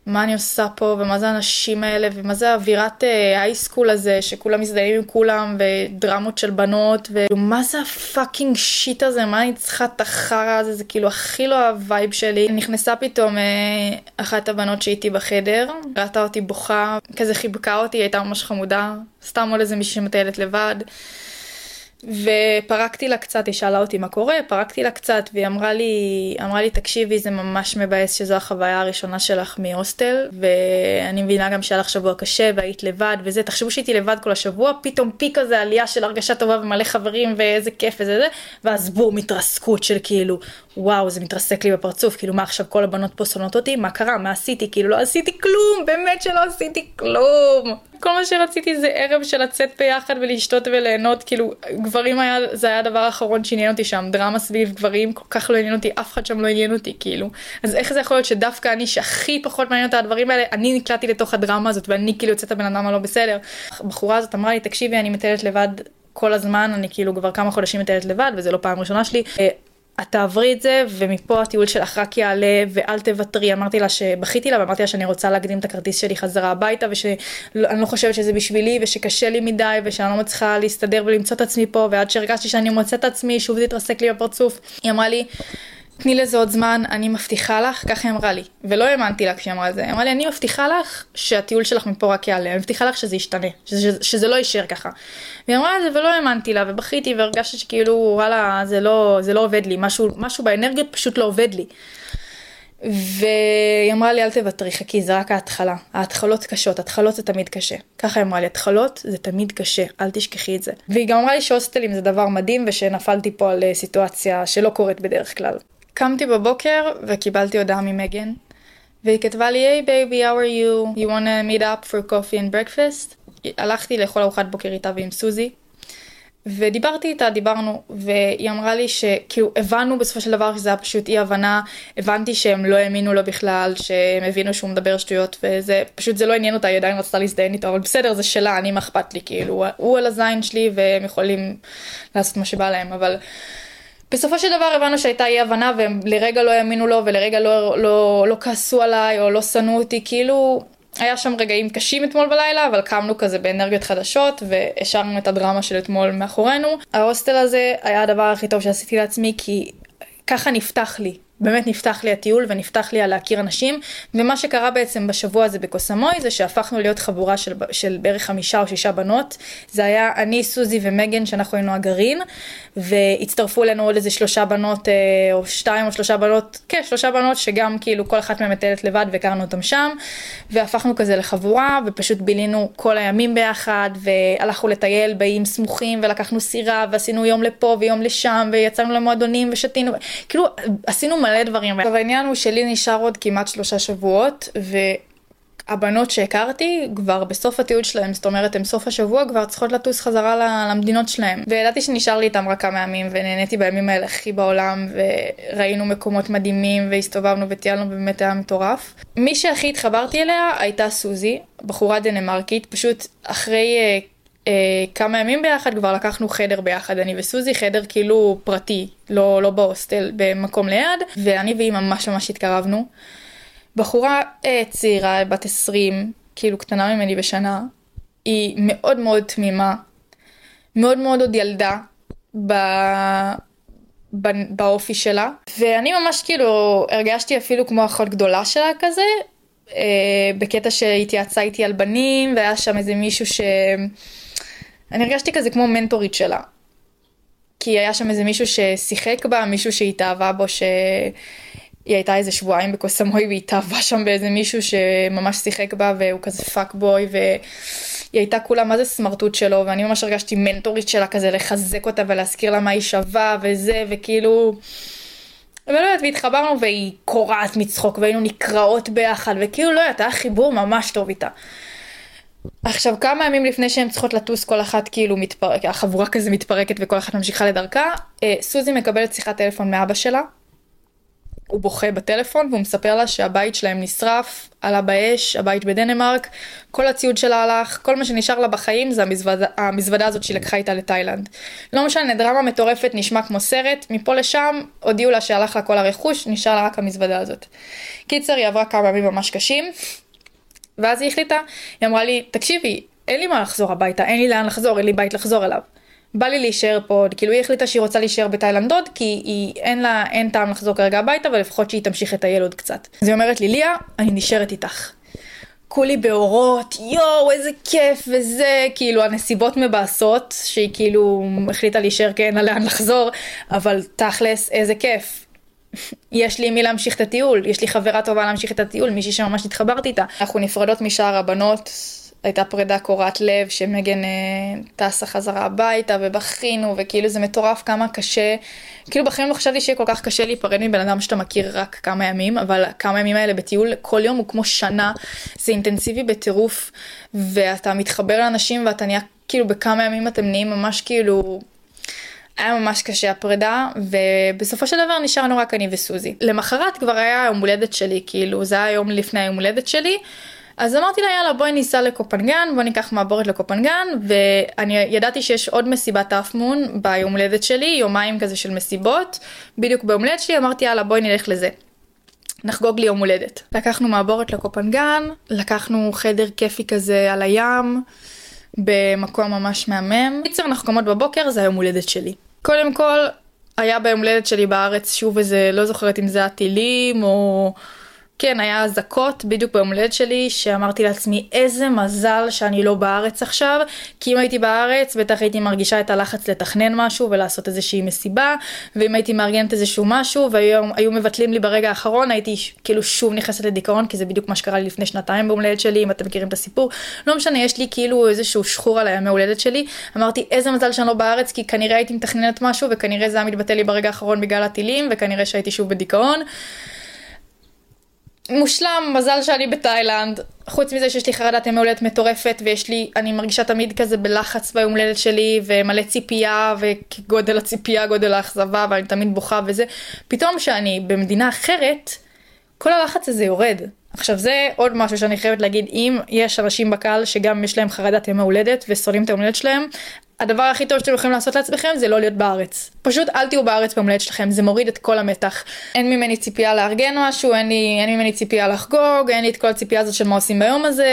[SPEAKER 1] מה אני עושה פה, ומה זה האנשים האלה, ומה זה האווירת הייסקול הזה, שכולם מזדהים עם כולם, ודרמות של בנות, ומה זה הפאקינג שיט הזה, מה אני צריכה את החרא הזה, זה כאילו הכי לא הווייב שלי. נכנסה פתאום אחת הבנות שהייתי בחדר, ראתה אותי בוכה, כזה חיבקה אותי, הייתה ממש חמודה, סתם עוד איזה מישהי שמטיילת לבד. ופרקתי לה קצת, היא שאלה אותי מה קורה, פרקתי לה קצת, והיא אמרה לי, אמרה לי, תקשיבי, זה ממש מבאס שזו החוויה הראשונה שלך מהוסטל, ואני מבינה גם שהיה לך שבוע קשה, והיית לבד, וזה, תחשבו שהייתי לבד כל השבוע, פתאום פי כזה עלייה של הרגשה טובה ומלא חברים, ואיזה כיף וזה זה, ואז בום, התרסקות של כאילו, וואו, זה מתרסק לי בפרצוף, כאילו מה עכשיו כל הבנות פה שונאות אותי, מה קרה, מה עשיתי, כאילו לא עשיתי כלום, באמת שלא עשיתי כלום. כל מה שרציתי זה ערב של לצאת ביחד ולשתות וליהנות, כאילו גברים היה, זה היה הדבר האחרון שעניין אותי שם, דרמה סביב גברים, כל כך לא עניין אותי, אף אחד שם לא עניין אותי, כאילו. אז איך זה יכול להיות שדווקא אני, שהכי פחות מעניין אותה הדברים האלה, אני נקלעתי לתוך הדרמה הזאת, ואני כאילו יוצאת הבן אדם הלא בסדר. הבחורה הזאת אמרה לי, תקשיבי, אני מטיילת לבד כל הזמן, אני כאילו כבר כמה חודשים מטיילת לבד, וזה לא פעם ראשונה שלי. את תעברי את זה, ומפה הטיול שלך רק יעלה, ואל תוותרי. אמרתי לה שבכיתי לה, ואמרתי לה שאני רוצה להקדים את הכרטיס שלי חזרה הביתה, ושאני לא חושבת שזה בשבילי, ושקשה לי מדי, ושאני לא מצליחה להסתדר ולמצוא את עצמי פה, ועד שהרגשתי שאני מוצאת את עצמי, שוב זה התרסק לי בפרצוף. היא אמרה לי, תני לזה עוד זמן, אני מבטיחה לך, ככה היא אמרה לי, ולא האמנתי לה כשהיא אמרה את זה, היא אמרה לי, אני מבטיחה לך שהטיול שלך מפה רק יעלה, אני מבטיחה לך שזה ישתנה, שזה, שזה לא יישאר ככה. והיא אמרה את זה ולא האמנתי לה, ובכיתי והרגשתי שכאילו, וואלה, זה לא, זה לא עובד לי, משהו, משהו באנרגיות פשוט לא עובד לי. והיא אמרה לי, אל תוותרי, חכי, זה רק ההתחלה. ההתחלות קשות, התחלות זה תמיד קשה. ככה היא אמרה לי, התחלות זה תמיד קשה, אל תשכחי את זה. והיא גם אמרה לי שהוסטלים זה דבר מדהים, ושנפלתי פה על סיטואציה שלא קורית בדרך כלל. קמתי בבוקר וקיבלתי הודעה ממגן, והיא כתבה לי, hey baby, how are you? You want to meet up for coffee and breakfast? הלכתי לאכול ארוחת בוקר איתה ועם סוזי, ודיברתי איתה, דיברנו, והיא אמרה לי שכאילו הבנו בסופו של דבר שזה היה פשוט אי הבנה, הבנתי שהם לא האמינו לו בכלל, שהם הבינו שהוא מדבר שטויות, וזה פשוט זה לא עניין אותה, היא עדיין רצתה להזדיין איתו, אבל בסדר, זה שלה, אני מה אכפת לי, כאילו, הוא על הזין שלי, והם יכולים לעשות מה שבא להם, אבל בסופו של דבר הבנו שהייתה אי הבנה, והם לרגע לא האמינו לו, ולרגע לא, לא, לא כעסו עליי, או לא שנאו אותי, כאילו, היה שם רגעים קשים אתמול בלילה, אבל קמנו כזה באנרגיות חדשות, והשארנו את הדרמה של אתמול מאחורינו. ההוסטל הזה היה הדבר הכי טוב שעשיתי לעצמי, כי ככה נפתח לי. באמת נפתח לי הטיול ונפתח לי על להכיר אנשים, ומה שקרה בעצם בשבוע הזה בקוסמוי, זה שהפכנו להיות חבורה של, של בערך חמישה או שישה בנות, זה היה אני, סוזי ומגן, שאנחנו היינו הגרעין, והצטרפו אלינו עוד איזה שלושה בנות, או שתיים או שלושה בנות, כן, שלושה בנות, שגם כאילו כל אחת מהם מטיילת לבד, והכרנו אותם שם, והפכנו כזה לחבורה, ופשוט בילינו כל הימים ביחד, והלכנו לטייל באיים סמוכים, ולקחנו סירה, ועשינו יום לפה ויום לשם, ויצאנו למועדונים ושתינו, כאילו עשינו מלא דברים. אבל העניין הוא שלי נשאר עוד כמעט שלושה שבועות, והבנות שהכרתי כבר בסוף הטיול שלהם, זאת אומרת, הם סוף השבוע כבר צריכות לטוס חזרה למדינות שלהם. וידעתי שנשאר לי איתם רק כמה ימים, ונהניתי בימים האלה הכי בעולם, וראינו מקומות מדהימים, והסתובבנו וטיילנו, ובאמת היה מטורף. מי שהכי התחברתי אליה הייתה סוזי, בחורה דנמרקית, פשוט אחרי Uh, כמה ימים ביחד כבר לקחנו חדר ביחד, אני וסוזי, חדר כאילו פרטי, לא, לא בהוסטל, במקום ליד, ואני והיא ממש ממש התקרבנו. בחורה uh, צעירה, בת עשרים, כאילו קטנה ממני בשנה, היא מאוד מאוד תמימה, מאוד מאוד עוד ילדה ב... ב... באופי שלה, ואני ממש כאילו הרגשתי אפילו כמו אחות גדולה שלה כזה, uh, בקטע שהתייעצה איתי על בנים, והיה שם איזה מישהו ש... אני הרגשתי כזה כמו מנטורית שלה, כי היה שם איזה מישהו ששיחק בה, מישהו שהיא התאהבה בו, שהיא הייתה איזה שבועיים בקוסמוי, והיא התאהבה שם באיזה מישהו שממש שיחק בה, והוא כזה פאק בוי, והיא הייתה כולה מה זה סמרטוט שלו, ואני ממש הרגשתי מנטורית שלה כזה, לחזק אותה ולהזכיר לה מה היא שווה, וזה, וכאילו... ולא יודעת, והתחברנו, והיא קורעת מצחוק, והיינו נקראות ביחד, וכאילו לא יודעת, היה חיבור ממש טוב איתה. עכשיו, כמה ימים לפני שהן צריכות לטוס, כל אחת כאילו מתפרקת, החבורה כזה מתפרקת וכל אחת ממשיכה לדרכה, סוזי מקבלת שיחת טלפון מאבא שלה, הוא בוכה בטלפון והוא מספר לה שהבית שלהם נשרף, עלה באש, הבית בדנמרק, כל הציוד שלה הלך, כל מה שנשאר לה בחיים זה המזוודה, המזוודה הזאת שהיא לקחה איתה לתאילנד. לא משנה, דרמה מטורפת, נשמע כמו סרט, מפה לשם הודיעו לה שהלך לה כל הרכוש, נשאר לה רק המזוודה הזאת. קיצר, היא עברה כמה ימים ממש קשים, ואז היא החליטה, היא אמרה לי, תקשיבי, אין לי מה לחזור הביתה, אין לי לאן לחזור, אין לי בית לחזור אליו. בא לי להישאר פה עוד, כאילו היא החליטה שהיא רוצה להישאר בתאילנד עוד, כי היא, אין לה, אין טעם לחזור כרגע הביתה, ולפחות שהיא תמשיך את הילוד קצת. אז היא אומרת לי, ליה, אני נשארת איתך. כולי באורות, יואו, איזה כיף וזה, כאילו הנסיבות מבאסות, שהיא כאילו החליטה להישאר כי אין לה לאן לחזור, אבל תכלס, איזה כיף. יש לי מי להמשיך את הטיול, יש לי חברה טובה להמשיך את הטיול, מישהי שממש התחברתי איתה. אנחנו נפרדות משאר הבנות, הייתה פרידה קורת לב שמגן אה, טסה חזרה הביתה ובכינו, וכאילו זה מטורף כמה קשה, כאילו בחיים לא חשבתי שיהיה כל כך קשה להיפרד מבן אדם שאתה מכיר רק כמה ימים, אבל כמה ימים האלה בטיול כל יום הוא כמו שנה, זה אינטנסיבי בטירוף, ואתה מתחבר לאנשים ואתה נהיה כאילו בכמה ימים אתם נהיים ממש כאילו, היה ממש קשה הפרידה, ובסופו של דבר נשארנו רק אני וסוזי. למחרת כבר היה היום הולדת שלי, כאילו זה היה יום לפני היום הולדת שלי, אז אמרתי לה, יאללה, בואי ניסע לקופנגן, בואי ניקח מעבורת לקופנגן, ואני ידעתי שיש עוד מסיבת האף מון ביום הולדת שלי, יומיים כזה של מסיבות, בדיוק ביום הולדת שלי, אמרתי, יאללה, בואי נלך לזה. נחגוג לי יום הולדת. לקחנו מעבורת לקופנגן, לקחנו חדר כיפי כזה על הים, במקום ממש מהמם. קיצר, אנחנו קמות בבוקר, זה היום הולדת שלי. קודם כל, היה ביום הולדת שלי בארץ, שוב איזה, לא זוכרת אם זה הטילים או... כן, היה זקות בדיוק ביום הולדת שלי, שאמרתי לעצמי איזה מזל שאני לא בארץ עכשיו, כי אם הייתי בארץ, בטח הייתי מרגישה את הלחץ לתכנן משהו ולעשות איזושהי מסיבה, ואם הייתי מארגנת איזשהו משהו, והיו מבטלים לי ברגע האחרון, הייתי כאילו שוב נכנסת לדיכאון, כי זה בדיוק מה שקרה לי לפני שנתיים ביום הולדת שלי, אם אתם מכירים את הסיפור. לא משנה, יש לי כאילו איזשהו שחור על הימי הולדת שלי, אמרתי איזה מזל שאני לא בארץ, כי כנראה הייתי מתכננת משהו, וכנראה זה היה מתבטל לי ברגע האחרון בגלל הטילים, וכנראה שהייתי שוב בדיכאון. מושלם, מזל שאני בתאילנד, חוץ מזה שיש לי חרדת ימי הולדת מטורפת, ויש לי, אני מרגישה תמיד כזה בלחץ ביום הולדת שלי, ומלא ציפייה, וגודל הציפייה, גודל האכזבה, ואני תמיד בוכה וזה. פתאום שאני במדינה אחרת, כל הלחץ הזה יורד. עכשיו זה עוד משהו שאני חייבת להגיד, אם יש אנשים בקהל שגם יש להם חרדת ימי הולדת, וסולים את היום הולדת שלהם, הדבר הכי טוב שאתם יכולים לעשות לעצמכם זה לא להיות בארץ. פשוט אל תהיו בארץ ביום הולדת שלכם, זה מוריד את כל המתח. אין ממני ציפייה לארגן משהו, אין לי, אין ממני ציפייה לחגוג, אין לי את כל הציפייה הזאת של מה עושים ביום הזה,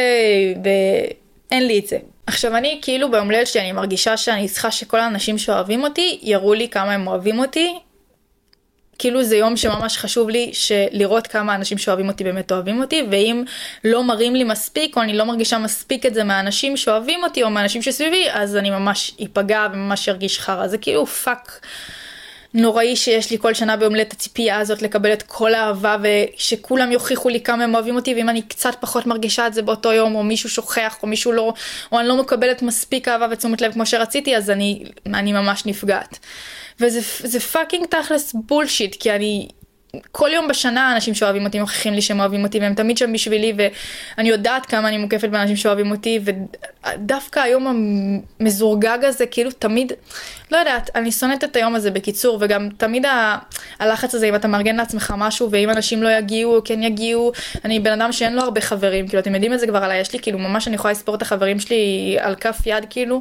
[SPEAKER 1] ואין לי את זה. עכשיו אני כאילו ביום הולדת שלי אני מרגישה שאני צריכה שכל האנשים שאוהבים אותי יראו לי כמה הם אוהבים אותי, כאילו זה יום שממש חשוב לי לראות כמה אנשים שאוהבים אותי באמת אוהבים אותי, ואם לא מראים לי מספיק, או אני לא מרגישה מספיק את זה מהאנשים שאוהבים אותי, או מהאנשים שסביבי, אז אני ממש איפגע וממש ארגיש חרא. זה כאילו פאק נוראי שיש לי כל שנה ביום הולדת הציפייה הזאת לקבל את כל האהבה, ושכולם יוכיחו לי כמה הם אוהבים אותי, ואם אני קצת פחות מרגישה את זה באותו יום, או מישהו שוכח, או מישהו לא, או אני לא מקבלת מספיק אהבה ותשומת לב כמו שרציתי, אז אני, אני ממש נפגעת. וזה זה פאקינג תכלס בולשיט, כי אני כל יום בשנה אנשים שאוהבים אותי מוכיחים לי שהם אוהבים אותי, והם תמיד שם בשבילי, ואני יודעת כמה אני מוקפת באנשים שאוהבים אותי, ודווקא היום המזורגג הזה, כאילו תמיד, לא יודעת, אני שונאת את היום הזה בקיצור, וגם תמיד ה- הלחץ הזה, אם אתה מארגן לעצמך משהו, ואם אנשים לא יגיעו, כן יגיעו, אני בן אדם שאין לו הרבה חברים, כאילו אתם יודעים את זה כבר עליי, יש לי כאילו ממש אני יכולה לספור את החברים שלי על כף יד כאילו,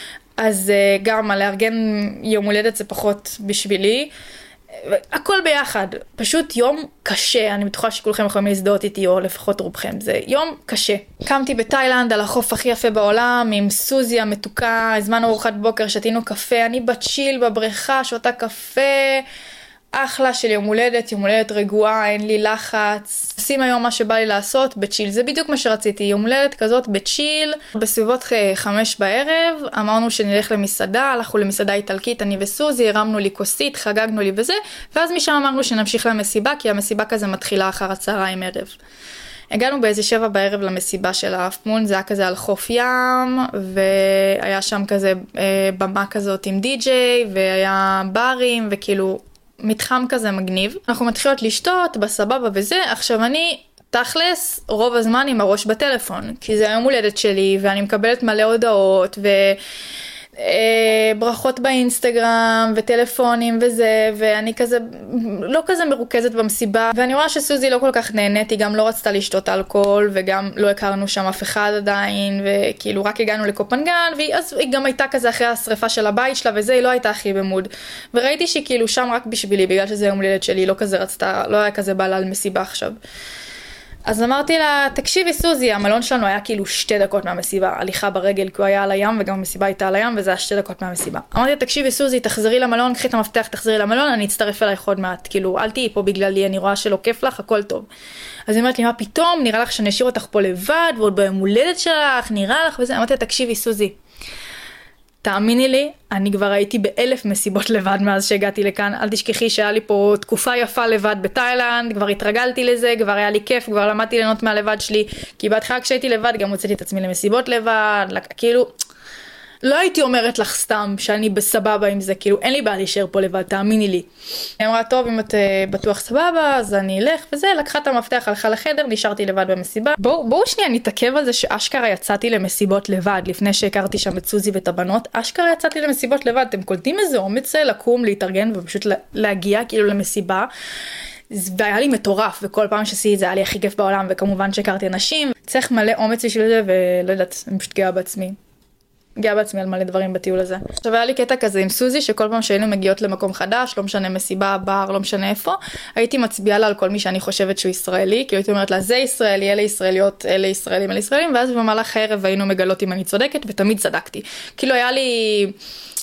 [SPEAKER 1] אז גם לארגן יום הולדת זה פחות בשבילי, הכל ביחד, פשוט יום קשה, אני בטוחה שכולכם יכולים להזדהות איתי, או לפחות רובכם, זה יום קשה. קמתי בתאילנד על החוף הכי יפה בעולם, עם סוזי המתוקה, הזמנו ארוחת בוקר, שתינו קפה, אני בצ'יל בבריכה, שותה קפה, אחלה של יום הולדת, יום הולדת רגועה, אין לי לחץ. עושים היום מה שבא לי לעשות בצ'יל, זה בדיוק מה שרציתי, יום הולדת כזאת בצ'יל. בסביבות חמש בערב, אמרנו שנלך למסעדה, הלכנו למסעדה איטלקית, אני וסוזי, הרמנו לי כוסית, חגגנו לי וזה, ואז משם אמרנו שנמשיך למסיבה, כי המסיבה כזה מתחילה אחר הצהריים ערב. הגענו באיזה שבע בערב למסיבה של האף מון, זה היה כזה על חוף ים, והיה שם כזה אה, במה כזאת עם די-ג'יי, והיה ברים, וכאילו מתחם כזה מגניב. אנחנו מתחילות לשתות בסבבה וזה, עכשיו אני תכלס רוב הזמן עם הראש בטלפון, כי זה היום הולדת שלי, ואני מקבלת מלא הודעות, ו... אה, ברכות באינסטגרם וטלפונים וזה, ואני כזה לא כזה מרוכזת במסיבה, ואני רואה שסוזי לא כל כך נהנית, היא גם לא רצתה לשתות אלכוהול, וגם לא הכרנו שם אף אחד עדיין, וכאילו רק הגענו לקופנגן, ואז היא גם הייתה כזה אחרי השריפה של הבית שלה וזה, היא לא הייתה הכי במוד, וראיתי שהיא כאילו שם רק בשבילי, בגלל שזה יום הולדת שלי, לא כזה רצתה, לא היה כזה בעלה על מסיבה עכשיו. אז אמרתי לה, תקשיבי סוזי, המלון שלנו היה כאילו שתי דקות מהמסיבה, הליכה ברגל, כי הוא היה על הים, וגם המסיבה הייתה על הים, וזה היה שתי דקות מהמסיבה. אמרתי לה, תקשיבי סוזי, תחזרי למלון, קחי את המפתח, תחזרי למלון, אני אצטרף אלייך עוד מעט, כאילו, אל תהיי פה בגללי, אני רואה שלא כיף לך, הכל טוב. אז היא אומרת לי, מה פתאום, נראה לך שאני אשאיר אותך פה לבד, ועוד ביום הולדת שלך, נראה לך וזה. אמרתי לה, תקשיבי סוזי, תאמיני לי, אני כבר הייתי באלף מסיבות לבד מאז שהגעתי לכאן, אל תשכחי שהיה לי פה תקופה יפה לבד בתאילנד, כבר התרגלתי לזה, כבר היה לי כיף, כבר למדתי ליהנות מהלבד שלי, כי בהתחלה כשהייתי לבד גם הוצאתי את עצמי למסיבות לבד, כאילו, לא הייתי אומרת לך סתם שאני בסבבה עם זה, כאילו אין לי בעיה להישאר פה לבד, תאמיני לי. היא אמרה, טוב, אם את uh, בטוח סבבה, אז אני אלך וזה, לקחה את המפתח, הלכה לחדר, נשארתי לבד במסיבה. בואו בוא שנייה נתעכב על זה שאשכרה יצאתי למסיבות לבד, לפני שהכרתי שם את סוזי ואת הבנות, אשכרה יצאתי למסיבות לבד, אתם קולטים איזה אומץ לקום, להתארגן ופשוט להגיע כאילו למסיבה. והיה לי מטורף, וכל פעם שעשיתי את זה היה לי הכי כיף בעולם, וכמובן שהכרתי אנשים, צריך מלא אומץ בשביל זה, ולא יודעת, אני פשוט גאה בעצמי. גאה בעצמי על מלא דברים בטיול הזה. עכשיו היה לי קטע כזה עם סוזי, שכל פעם שהיינו מגיעות למקום חדש, לא משנה מסיבה, בר, לא משנה איפה, הייתי מצביעה לה על כל מי שאני חושבת שהוא ישראלי, כי הייתי אומרת לה, זה ישראלי, אלה ישראליות, אלה ישראלים, אלה ישראלים, ואז במהלך הערב היינו מגלות אם אני צודקת, ותמיד צדקתי. כאילו היה לי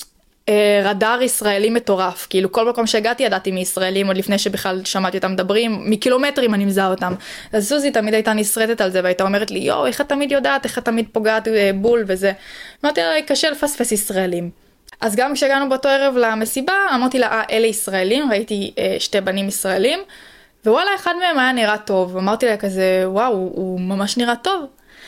[SPEAKER 1] רדאר ישראלי מטורף, כאילו כל מקום שהגעתי ידעתי מישראלים, עוד לפני שבכלל שמעתי אותם מדברים, מקילומטרים אני מזהה אותם. אז סוזי תמיד הייתה נסרטת על זה, והייתה אומרת לי, יו, איך את תמיד יודעת, איך את תמיד פוגעת בול וזה. אמרתי לה, קשה לפספס ישראלים. אז גם כשהגענו באותו ערב למסיבה, אמרתי לה, אה, אלה ישראלים, ראיתי אה, שתי בנים ישראלים, ווואלה, אחד מהם היה נראה טוב. אמרתי לה כזה, וואו, הוא, הוא ממש נראה טוב.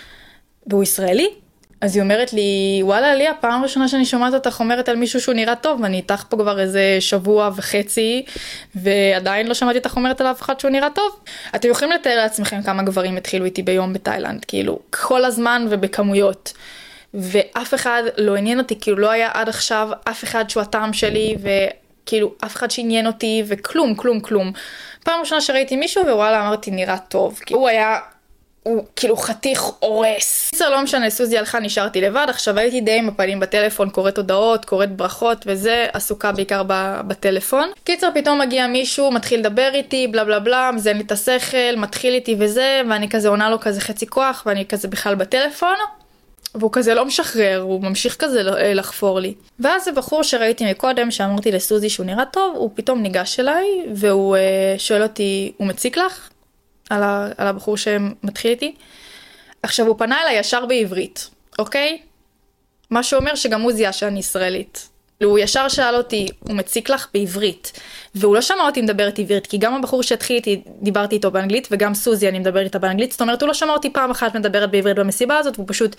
[SPEAKER 1] והוא ישראלי? אז היא אומרת לי, וואלה, לי, הפעם הראשונה שאני שומעת אותך אומרת על מישהו שהוא נראה טוב, ואני איתך פה כבר איזה שבוע וחצי, ועדיין לא שמעתי אותך אומרת על אף אחד שהוא נראה טוב. אתם יכולים לתאר לעצמכם כמה גברים התחילו איתי ביום בתאילנד, כאילו, כל הזמן ובכמויות. ואף אחד לא עניין אותי, כאילו לא היה עד עכשיו אף אחד שהוא הטעם שלי, וכאילו אף אחד שעניין אותי, וכלום, כלום, כלום. פעם ראשונה שראיתי מישהו, ווואלה, אמרתי, נראה טוב. כי הוא היה... הוא כאילו חתיך אורס. קיצר, לא משנה, סוזי הלכה, נשארתי לבד, עכשיו הייתי די עם הפנים בטלפון, קוראת הודעות, קוראת ברכות וזה, עסוקה בעיקר בטלפון. קיצר, פתאום מגיע מישהו, מתחיל לדבר איתי, בלה בלה בלה, מזיין לי את השכל, מתחיל איתי וזה, ואני כזה עונה לו כזה חצי כוח, ואני כזה בכלל בטלפון, והוא כזה לא משחרר, הוא ממשיך כזה לחפור לי. ואז זה בחור שראיתי מקודם, שאמרתי לסוזי שהוא נראה טוב, הוא פתאום ניגש אליי, והוא שואל אותי, הוא מציק לך? על, ה, על הבחור שמתחיל איתי. עכשיו הוא פנה אליי ישר בעברית, אוקיי? מה שאומר שגם הוא זיהה שאני ישראלית. הוא ישר שאל אותי, הוא מציק לך בעברית. והוא לא שמע אותי מדברת עברית, כי גם הבחור שהתחיל איתי דיברתי איתו באנגלית, וגם סוזי אני מדברת איתה באנגלית, זאת אומרת הוא לא שמע אותי פעם אחת מדברת בעברית במסיבה הזאת, והוא פשוט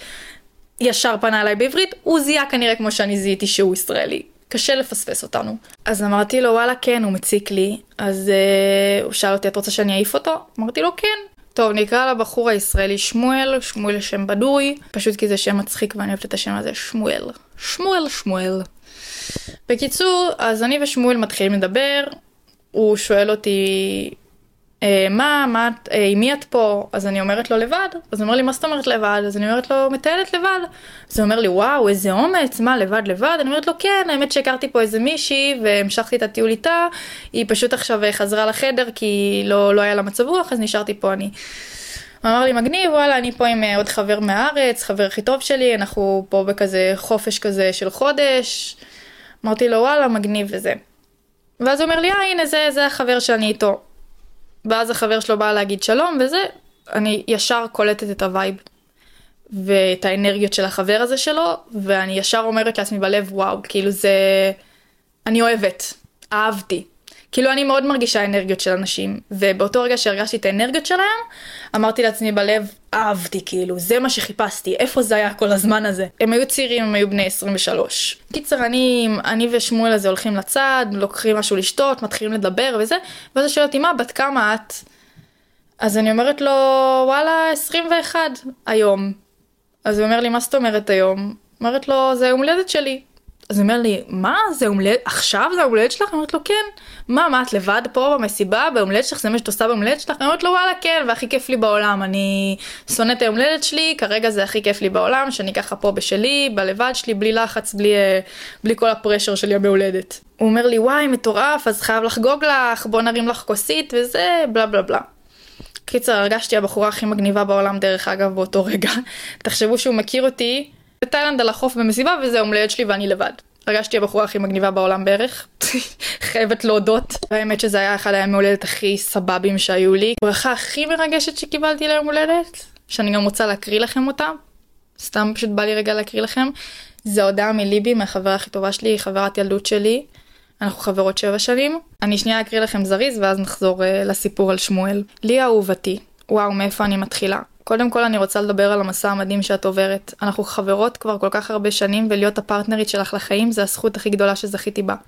[SPEAKER 1] ישר פנה אליי בעברית, הוא זיהה כנראה כמו שאני זיהיתי שהוא ישראלי. קשה לפספס אותנו. אז אמרתי לו, וואלה, כן, הוא מציק לי. אז uh, הוא שאל אותי, את רוצה שאני אעיף אותו? אמרתי לו, כן. טוב, נקרא לבחור הישראלי שמואל, שמואל שם בדוי, פשוט כי זה שם מצחיק ואני אוהבת את השם הזה, שמואל. שמואל, שמואל. בקיצור, אז אני ושמואל מתחילים לדבר, הוא שואל אותי, אה, מה, מה, אה, עם מי את פה? אז אני אומרת לו לבד, אז הוא אומר לי, מה זאת אומרת לבד? אז אני אומרת לו, מטיילת לבד. אז הוא אומר לי, וואו, איזה אומץ, מה, לבד לבד? אני אומרת לו, כן, האמת שהכרתי פה איזה מישהי, והמשכתי את הטיול איתה, היא פשוט עכשיו חזרה לחדר, כי לא, לא היה לה מצב רוח, אז נשארתי פה אני. הוא אמר לי, מגניב, וואלה, אני פה עם עוד חבר מהארץ, חבר הכי טוב שלי, אנחנו פה בכזה חופש כזה של חודש. אמרתי לו, וואלה, מגניב וזה. ואז הוא אומר לי, אה, הנה, זה, זה החבר שאני איתו. ואז החבר שלו בא להגיד שלום, וזה, אני ישר קולטת את הווייב, ואת האנרגיות של החבר הזה שלו, ואני ישר אומרת לעצמי בלב, וואו, כאילו זה, אני אוהבת, אהבתי. כאילו אני מאוד מרגישה אנרגיות של אנשים, ובאותו רגע שהרגשתי את האנרגיות שלהם, אמרתי לעצמי בלב, אהבתי, כאילו, זה מה שחיפשתי, איפה זה היה כל הזמן הזה? הם היו צעירים, הם היו בני עשרים ושלוש. קיצר, אני, אני ושמואל הזה הולכים לצד, לוקחים משהו לשתות, מתחילים לדבר וזה, ואז הוא שואל אותי, מה, בת כמה את? אז אני אומרת לו, וואלה, עשרים ואחת היום. אז הוא אומר לי, מה זאת אומרת היום? אומרת לו, זה יום הולדת שלי. אז הוא אומר לי, מה, זה יום הולדת, עכשיו זה יום הולדת שלך? אני אומרת לו, כן. מה, מה, את לבד פה במסיבה, ביום הולדת שלך, זה מה שאת עושה ביום הולדת שלך? אני אומרת לו, וואלה, כן, והכי כיף לי בעולם, אני שונאת את היום הולדת שלי, כרגע זה הכי כיף לי בעולם, שאני ככה פה בשלי, בלבד שלי, בלי לחץ, בלי, בלי כל הפרשר שלי בהולדת. הוא אומר לי, וואי, מטורף, אז חייב לחגוג לך, בוא נרים לך כוסית, וזה, בלה בלה בלה. קיצר, הרגשתי הבחורה הכי מגניבה בעולם, דרך אגב, באותו רגע. תחשבו שהוא מכיר אותי בתאילנד על החוף במסיבה, וזה יום הולדת שלי ואני לבד. הרגשתי הבחורה הכי מגניבה בעולם בערך. חייבת להודות. והאמת שזה היה אחד הימים הולדת הכי סבבים שהיו לי. ברכה הכי מרגשת שקיבלתי ליום הולדת, שאני גם רוצה להקריא לכם אותה. סתם פשוט בא לי רגע להקריא לכם. זה הודעה מליבי, מהחברה הכי טובה שלי, חברת ילדות שלי. אנחנו חברות שבע שנים. אני שנייה אקריא לכם זריז, ואז נחזור uh, לסיפור על שמואל. לי אהובתי. וואו, מאיפה אני מתחילה? קודם כל אני רוצה לדבר על המסע המדהים שאת עוברת. אנחנו חברות כבר כל כך הרבה שנים, ולהיות הפרטנרית שלך לחיים זה הזכות הכי גדולה שזכיתי בה.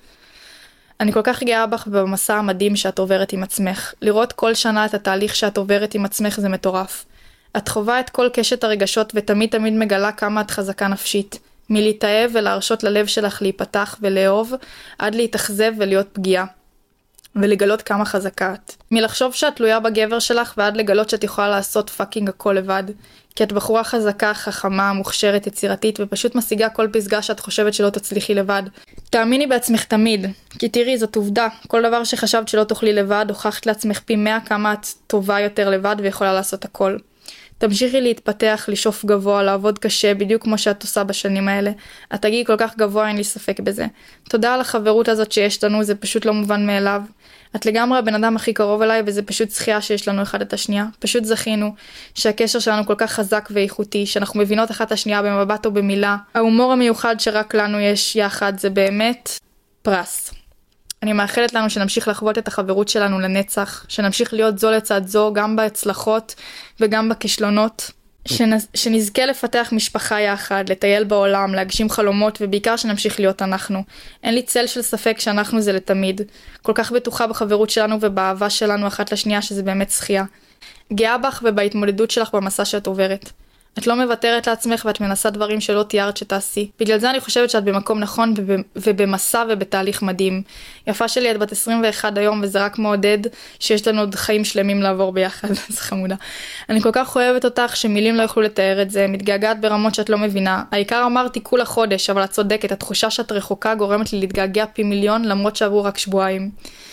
[SPEAKER 1] אני כל כך גאה בך במסע המדהים שאת עוברת עם עצמך. לראות כל שנה את התהליך שאת עוברת עם עצמך זה מטורף. את חובה את כל קשת הרגשות ותמיד תמיד מגלה כמה את חזקה נפשית. מלהתאהב ולהרשות ללב שלך להיפתח ולאהוב, עד להתאכזב ולהיות פגיעה. ולגלות כמה חזקה את. מלחשוב שאת תלויה בגבר שלך ועד לגלות שאת יכולה לעשות פאקינג הכל לבד. כי את בחורה חזקה, חכמה, מוכשרת, יצירתית ופשוט משיגה כל פסגה שאת חושבת שלא תצליחי לבד. תאמיני בעצמך תמיד, כי תראי זאת עובדה. כל דבר שחשבת שלא תוכלי לבד, הוכחת לעצמך פי מאה כמה את טובה יותר לבד ויכולה לעשות הכל. תמשיכי להתפתח, לשאוף גבוה, לעבוד קשה, בדיוק כמו שאת עושה בשנים האלה. את תגיעי כל כך גבוה, אין לי ספק בזה. תודה על החברות הזאת שיש לנו, זה פשוט לא מובן מאליו. את לגמרי הבן אדם הכי קרוב אליי, וזה פשוט זכייה שיש לנו אחד את השנייה. פשוט זכינו שהקשר שלנו כל כך חזק ואיכותי, שאנחנו מבינות אחת את השנייה במבט או במילה. ההומור המיוחד שרק לנו יש יחד, זה באמת פרס. אני מאחלת לנו שנמשיך לחוות את החברות שלנו לנצח, שנמשיך להיות זו לצד זו, גם בהצלחות וגם בכישלונות, שנז... שנזכה לפתח משפחה יחד, לטייל בעולם, להגשים חלומות, ובעיקר שנמשיך להיות אנחנו. אין לי צל של ספק שאנחנו זה לתמיד. כל כך בטוחה בחברות שלנו ובאהבה שלנו אחת לשנייה, שזה באמת זכייה. גאה בך ובהתמודדות שלך במסע שאת עוברת. את לא מוותרת לעצמך ואת מנסה דברים שלא תיארת שתעשי. בגלל זה אני חושבת שאת במקום נכון ובמסע ובתהליך מדהים. יפה שלי, את בת עשרים ואחת היום וזה רק מעודד שיש לנו עוד חיים שלמים לעבור ביחד. זה חמודה. אני כל כך אוהבת אותך שמילים לא יוכלו לתאר את זה. מתגעגעת ברמות שאת לא מבינה. העיקר אמרתי כולה חודש, אבל את צודקת. התחושה שאת רחוקה גורמת לי להתגעגע פי מיליון למרות שעברו רק שבועיים.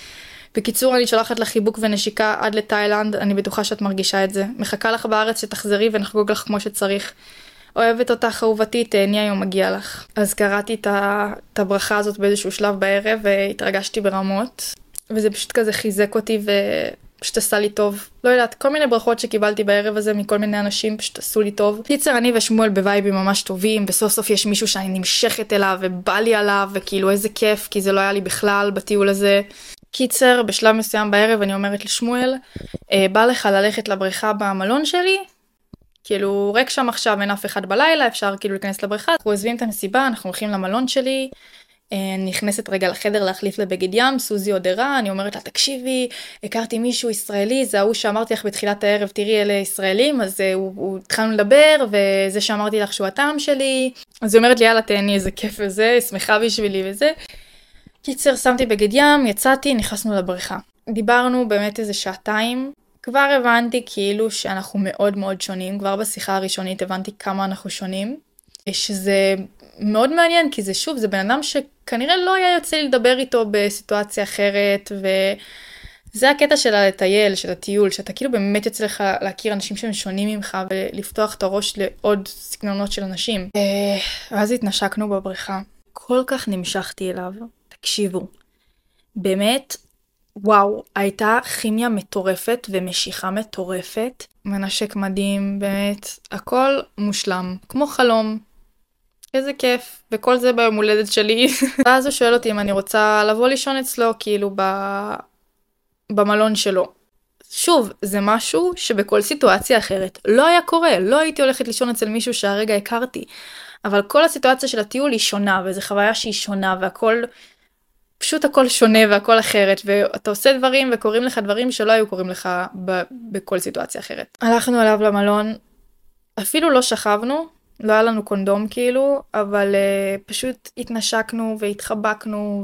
[SPEAKER 1] בקיצור, אני שולחת לך חיבוק ונשיקה עד לתאילנד, אני בטוחה שאת מרגישה את זה. מחכה לך בארץ שתחזרי ונחגוג לך כמו שצריך. אוהבת אותך אהובתי, תהני היום מגיע לך. אז קראתי את הברכה הזאת באיזשהו שלב בערב והתרגשתי ברמות, וזה פשוט כזה חיזק אותי ופשוט עשה לי טוב. לא יודעת, כל מיני ברכות שקיבלתי בערב הזה מכל מיני אנשים פשוט עשו לי טוב. קיצר, אני ושמואל בווייבים ממש טובים, בסוף סוף יש מישהו שאני נמשכת אליו ובא לי עליו, וכאילו איזה כיף, כי זה לא היה לי בכלל בטיול הזה. קיצר, בשלב מסוים בערב אני אומרת לשמואל, אה, בא לך ללכת לבריכה במלון שלי? כאילו, רק שם עכשיו אין אף אחד בלילה, אפשר כאילו להיכנס לבריכה. אנחנו עוזבים את המסיבה, אנחנו הולכים למלון שלי, אה, נכנסת רגע לחדר להחליף לבגד ים, סוזי עודרה, אני אומרת לה, תקשיבי, הכרתי מישהו ישראלי, זה ההוא שאמרתי לך בתחילת הערב, תראי אלה ישראלים, אז אה, הוא, הוא התחלנו לדבר, וזה שאמרתי לך שהוא הטעם שלי. אז היא אומרת לי, יאללה, תהני, איזה כיף וזה, שמחה בשבילי וזה. קיצר, שמתי בגד ים, יצאתי, נכנסנו לבריכה. דיברנו באמת איזה שעתיים. כבר הבנתי כאילו שאנחנו מאוד מאוד שונים. כבר בשיחה הראשונית הבנתי כמה אנחנו שונים. שזה מאוד מעניין, כי זה שוב, זה בן אדם שכנראה לא היה יוצא לי לדבר איתו בסיטואציה אחרת, וזה הקטע של הלטייל, של הטיול, שאתה כאילו באמת יוצא לך להכיר אנשים שהם שונים ממך, ולפתוח את הראש לעוד סגנונות של אנשים. ואז התנשקנו בבריכה. כל כך נמשכתי אליו. תקשיבו, באמת, וואו, הייתה כימיה מטורפת ומשיכה מטורפת, מנשק מדהים, באמת, הכל מושלם, כמו חלום, איזה כיף, וכל זה ביום הולדת שלי. ואז הוא שואל אותי אם אני רוצה לבוא לישון אצלו, כאילו ב... במלון שלו. שוב, זה משהו שבכל סיטואציה אחרת לא היה קורה, לא הייתי הולכת לישון אצל מישהו שהרגע הכרתי, אבל כל הסיטואציה של הטיול היא שונה, וזו חוויה שהיא שונה, והכל... פשוט הכל שונה והכל אחרת, ואתה עושה דברים וקוראים לך דברים שלא היו קוראים לך ב- בכל סיטואציה אחרת. הלכנו אליו למלון, אפילו לא שכבנו, לא היה לנו קונדום כאילו, אבל uh, פשוט התנשקנו והתחבקנו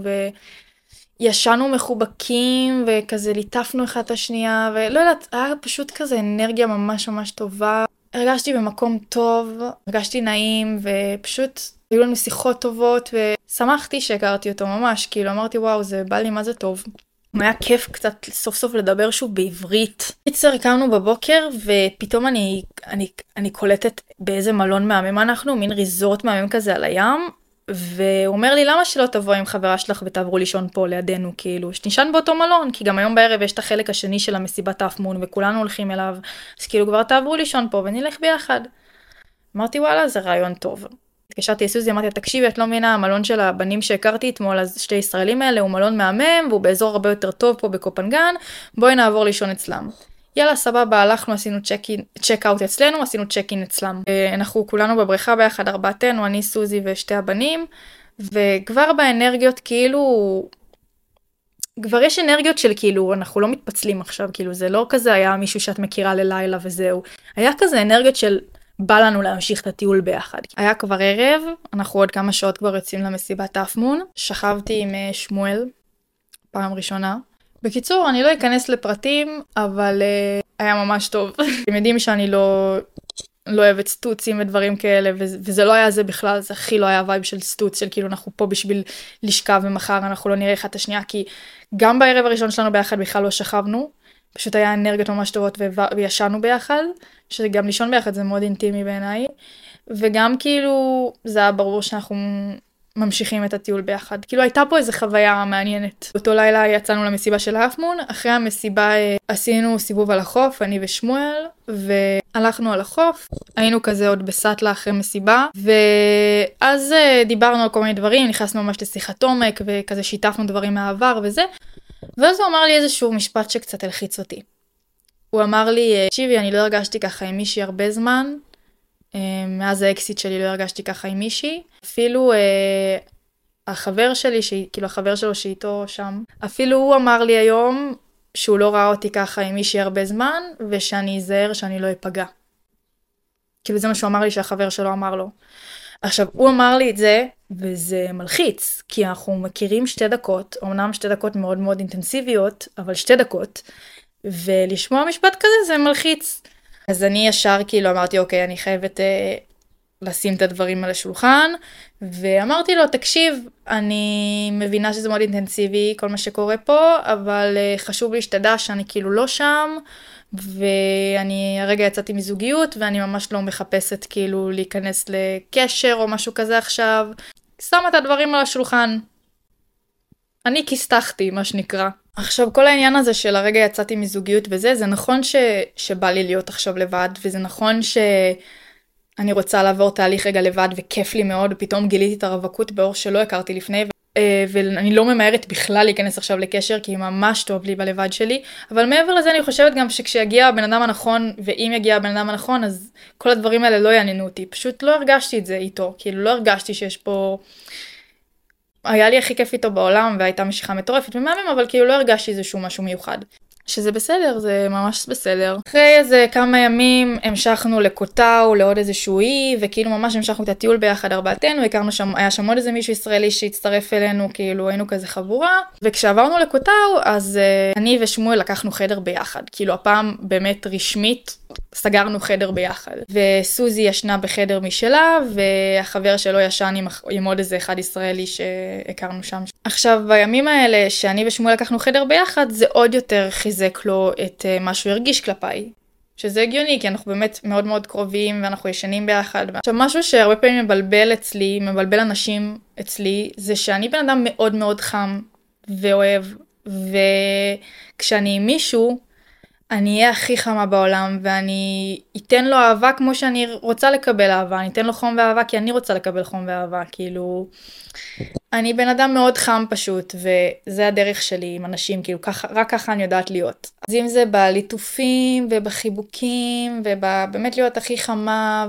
[SPEAKER 1] וישנו מחובקים וכזה ליטפנו אחד את השנייה, ולא יודעת, היה פשוט כזה אנרגיה ממש ממש טובה. הרגשתי במקום טוב, הרגשתי נעים, ופשוט היו לנו שיחות טובות, ושמחתי שהכרתי אותו ממש, כאילו אמרתי וואו, זה בא לי מה זה טוב. היה כיף קצת סוף סוף לדבר שוב בעברית. קיצר, קמנו בבוקר, ופתאום אני, אני, אני קולטת באיזה מלון מהמם אנחנו, מין ריזורט מהמם כזה על הים, והוא אומר לי, למה שלא תבוא עם חברה שלך ותעברו לישון פה לידינו, כאילו, שתישן באותו מלון, כי גם היום בערב יש את החלק השני של המסיבת האף מון, וכולנו הולכים אליו, אז כאילו כבר תעברו לישון פה ונלך ביחד. אמרתי, וואלה, זה רעיון טוב. התקשרתי לסוזי, אמרתי, תקשיבי, את לא מבינה, המלון של הבנים שהכרתי אתמול, אז שתי ישראלים האלה, הוא מלון מהמם, והוא באזור הרבה יותר טוב פה בקופנגן, בואי נעבור לישון אצלם. יאללה, סבבה, הלכנו, עשינו צ'ק אאוט אצלנו, עשינו צ'ק אין אצלם. אנחנו כולנו בבריכה ביחד, ארבעתנו, אני, סוזי ושתי הבנים, וכבר באנרגיות כאילו, כבר יש אנרגיות של כאילו, אנחנו לא מתפצלים עכשיו, כאילו זה לא כזה היה מישהו שאת מכירה ללילה וזהו. היה כזה אנרגיות של בא לנו להמשיך את הטיול ביחד. היה כבר ערב, אנחנו עוד כמה שעות כבר יוצאים למסיבת האף מון. שכבתי עם שמואל, פעם ראשונה. בקיצור, אני לא אכנס לפרטים, אבל uh, היה ממש טוב. אתם יודעים שאני לא, לא אוהבת סטוצים ודברים כאלה, וזה, וזה לא היה זה בכלל, זה הכי לא היה וייב של סטוץ, של כאילו אנחנו פה בשביל לשכב ומחר אנחנו לא נראה אחד את השנייה, כי גם בערב הראשון שלנו ביחד בכלל לא שכבנו, פשוט היה אנרגיות ממש טובות וישנו ביחד, שגם לישון ביחד זה מאוד אינטימי בעיניי, וגם כאילו זה היה ברור שאנחנו ממשיכים את הטיול ביחד. כאילו הייתה פה איזו חוויה מעניינת. אותו לילה יצאנו למסיבה של האף מון, אחרי המסיבה עשינו סיבוב על החוף, אני ושמואל, והלכנו על החוף, היינו כזה עוד בסטלה אחרי מסיבה, ואז דיברנו על כל מיני דברים, נכנסנו ממש לשיחת עומק, וכזה שיתפנו דברים מהעבר וזה, ואז הוא אמר לי איזשהו משפט שקצת הלחיץ אותי. הוא אמר לי, תקשיבי, אני לא הרגשתי ככה עם מישהי הרבה זמן, מאז האקסיט שלי לא הרגשתי ככה עם מישהי, אפילו אה, החבר שלי, שהיא, כאילו החבר שלו שאיתו שם, אפילו הוא אמר לי היום שהוא לא ראה אותי ככה עם מישהי הרבה זמן, ושאני אזהר שאני לא אפגע. כאילו זה מה שהוא אמר לי שהחבר שלו אמר לו. עכשיו, הוא אמר לי את זה, וזה מלחיץ, כי אנחנו מכירים שתי דקות, אמנם שתי דקות מאוד מאוד אינטנסיביות, אבל שתי דקות, ולשמוע משפט כזה זה מלחיץ. אז אני ישר כאילו אמרתי, אוקיי, אני חייבת אה, לשים את הדברים על השולחן, ואמרתי לו, תקשיב, אני מבינה שזה מאוד אינטנסיבי, כל מה שקורה פה, אבל אה, חשוב לי שתדע שאני כאילו לא שם, ואני הרגע יצאתי מזוגיות, ואני ממש לא מחפשת כאילו להיכנס לקשר או משהו כזה עכשיו. שמה את הדברים על השולחן. אני כיסתחתי, מה שנקרא. עכשיו, כל העניין הזה של הרגע יצאתי מזוגיות וזה, זה נכון ש... שבא לי להיות עכשיו לבד, וזה נכון שאני רוצה לעבור תהליך רגע לבד, וכיף לי מאוד, ופתאום גיליתי את הרווקות באור שלא הכרתי לפני, ו... ואני לא ממהרת בכלל להיכנס עכשיו לקשר, כי ממש טוב לי בלבד שלי, אבל מעבר לזה אני חושבת גם שכשיגיע הבן אדם הנכון, ואם יגיע הבן אדם הנכון, אז כל הדברים האלה לא יעניינו אותי, פשוט לא הרגשתי את זה איתו, כאילו לא הרגשתי שיש פה... היה לי הכי כיף איתו בעולם, והייתה משיכה מטורפת ומאמם, אבל כאילו לא הרגשתי איזשהו משהו מיוחד. שזה בסדר, זה ממש בסדר. אחרי איזה כמה ימים המשכנו לקוטאו, לעוד איזשהו אי, וכאילו ממש המשכנו את הטיול ביחד ארבעתנו, הכרנו שם, היה שם עוד איזה מישהו ישראלי שהצטרף אלינו, כאילו היינו כזה חבורה, וכשעברנו לקוטאו, אז uh, אני ושמואל לקחנו חדר ביחד, כאילו הפעם באמת רשמית, סגרנו חדר ביחד. וסוזי ישנה בחדר משלה, והחבר שלו ישן עם, עם עוד איזה אחד ישראלי שהכרנו שם. עכשיו, בימים האלה שאני ושמואל לקחנו חדר ביחד, זה עוד יותר חיזק לו את uh, מה שהוא הרגיש כלפיי. שזה הגיוני, כי אנחנו באמת מאוד מאוד קרובים, ואנחנו ישנים ביחד. עכשיו, משהו שהרבה פעמים מבלבל אצלי, מבלבל אנשים אצלי, זה שאני בן אדם מאוד מאוד חם ואוהב, וכשאני עם מישהו, אני אהיה הכי חמה בעולם, ואני אתן לו אהבה כמו שאני רוצה לקבל אהבה, אני אתן לו חום ואהבה כי אני רוצה לקבל חום ואהבה, כאילו, אני בן אדם מאוד חם פשוט, וזה הדרך שלי עם אנשים, כאילו, ככה, רק ככה אני יודעת להיות. אז אם זה בליטופים ובחיבוקים, ובאמת להיות הכי חמה,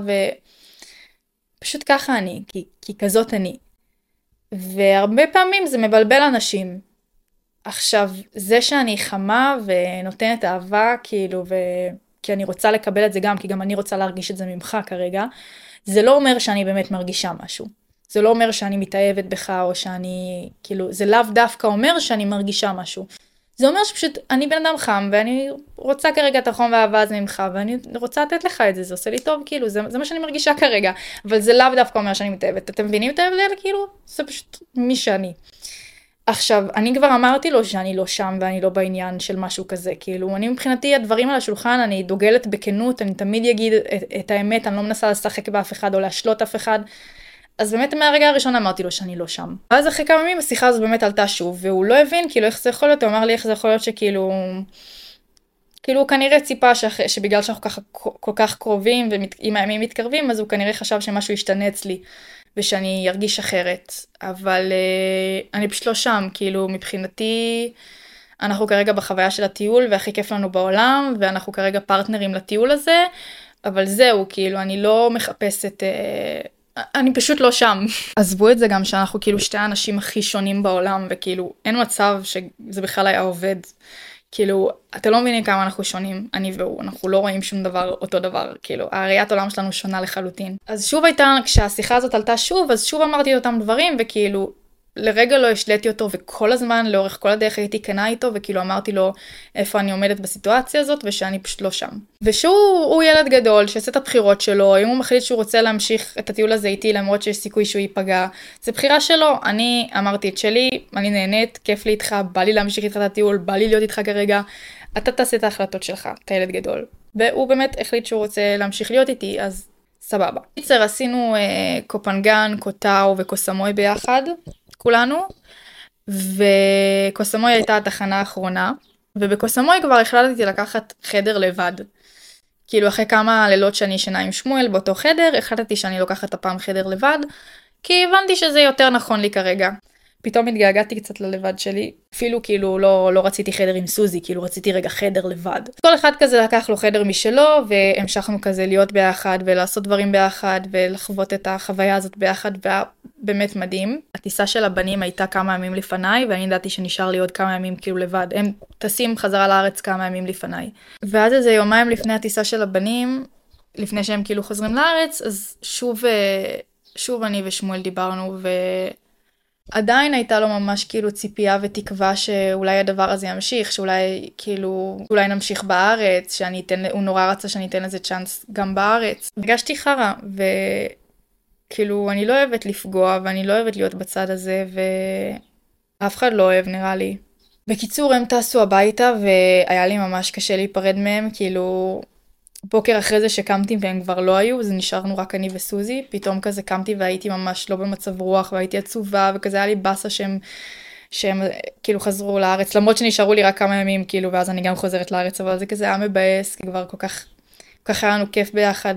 [SPEAKER 1] ופשוט ככה אני, כי, כי כזאת אני. והרבה פעמים זה מבלבל אנשים. עכשיו, זה שאני חמה ונותנת אהבה, כאילו, ו... כי אני רוצה לקבל את זה גם, כי גם אני רוצה להרגיש את זה ממך כרגע,
[SPEAKER 2] זה לא אומר שאני באמת מרגישה משהו. זה לא אומר שאני מתאהבת בך, או שאני, כאילו, זה לאו דווקא אומר שאני מרגישה משהו. זה אומר שפשוט אני בן אדם חם, ואני רוצה כרגע את החום והאהבה הזה ממך, ואני רוצה לתת לך את זה, זה עושה לי טוב, כאילו, זה, זה מה שאני מרגישה כרגע, אבל זה לאו דווקא אומר שאני מתאהבת. אתם מבינים את ההבדל? כאילו, זה פשוט מי שאני. עכשיו, אני כבר אמרתי לו שאני לא שם, ואני לא בעניין של משהו כזה, כאילו, אני מבחינתי, הדברים על השולחן, אני דוגלת בכנות, אני תמיד אגיד את, את האמת, אני לא מנסה לשחק באף אחד, או להשלות אף אחד, אז באמת מהרגע הראשון אמרתי לו שאני לא שם. ואז אחרי כמה ימים השיחה הזו באמת עלתה שוב, והוא לא הבין כאילו איך זה יכול להיות, הוא אמר לי איך זה יכול להיות שכאילו, כאילו הוא כנראה ציפה שח... שבגלל שאנחנו ככה, כל כך קרובים, ועם הימים מתקרבים, אז הוא כנראה חשב שמשהו ישתנה אצלי, ושאני ארגיש אחרת. אבל uh, אני פשוט לא שם, כאילו מבחינתי, אנחנו כרגע בחוויה של הטיול, והכי כיף לנו בעולם, ואנחנו כרגע פרטנרים לטיול הזה, אבל זהו, כאילו אני לא מחפשת... Uh, אני פשוט לא שם. עזבו את זה גם שאנחנו כאילו שתי האנשים הכי שונים בעולם, וכאילו אין מצב שזה בכלל היה עובד. כאילו, אתם לא מבינים כמה אנחנו שונים, אני והוא, אנחנו לא רואים שום דבר אותו דבר, כאילו, הראיית עולם שלנו שונה לחלוטין. אז שוב הייתה, כשהשיחה הזאת עלתה שוב, אז שוב אמרתי אותם דברים, וכאילו, לרגע לא השלטתי אותו, וכל הזמן, לאורך כל הדרך הייתי כנה איתו, וכאילו אמרתי לו איפה אני עומדת בסיטואציה הזאת, ושאני פשוט לא שם. ושהוא הוא ילד גדול, שעושה את הבחירות שלו, אם הוא מחליט שהוא רוצה להמשיך את הטיול הזה איתי, למרות שיש סיכוי שהוא ייפגע, זה בחירה שלו. אני אמרתי את שלי, אני נהנית, כיף לי איתך, בא לי להמשיך איתך את הטיול, בא לי להיות איתך כרגע, אתה תעשה את ההחלטות שלך, אתה ילד גדול. והוא באמת החליט שהוא רוצה להמשיך להיות איתי, אז סבבה. קיצר, עשינו אה, קופנגן, קוטאו וקוסמוי ביחד. כולנו, וקוסמוי הייתה התחנה האחרונה, ובקוסמוי כבר החלטתי לקחת חדר לבד. כאילו אחרי כמה לילות שאני ישנה עם שמואל באותו חדר, החלטתי שאני לוקחת הפעם חדר לבד, כי הבנתי שזה יותר נכון לי כרגע. פתאום התגעגעתי קצת ללבד שלי, אפילו כאילו לא, לא רציתי חדר עם סוזי, כאילו רציתי רגע חדר לבד. כל אחד כזה לקח לו חדר משלו, והמשכנו כזה להיות ביחד, ולעשות דברים ביחד, ולחוות את החוויה הזאת ביחד, והיה באמת מדהים. הטיסה של הבנים הייתה כמה ימים לפניי, ואני ידעתי שנשאר לי עוד כמה ימים כאילו לבד. הם טסים חזרה לארץ כמה ימים לפניי. ואז איזה יומיים לפני הטיסה של הבנים, לפני שהם כאילו חוזרים לארץ, אז שוב, שוב אני ושמואל דיברנו, ו... עדיין הייתה לו ממש כאילו ציפייה ותקווה שאולי הדבר הזה ימשיך, שאולי כאילו, אולי נמשיך בארץ, שאני אתן, הוא נורא רצה שאני אתן לזה צ'אנס גם בארץ. הרגשתי חרה, וכאילו אני לא אוהבת לפגוע, ואני לא אוהבת להיות בצד הזה, ואף אחד לא אוהב נראה לי. בקיצור, הם טסו הביתה, והיה לי ממש קשה להיפרד מהם, כאילו... בוקר אחרי זה שקמתי והם כבר לא היו, אז נשארנו רק אני וסוזי, פתאום כזה קמתי והייתי ממש לא במצב רוח, והייתי עצובה, וכזה היה לי בסה שהם, שהם כאילו חזרו לארץ, למרות שנשארו לי רק כמה ימים, כאילו, ואז אני גם חוזרת לארץ, אבל זה כזה היה מבאס, כי כבר כל כך, כל כך היה לנו כיף ביחד,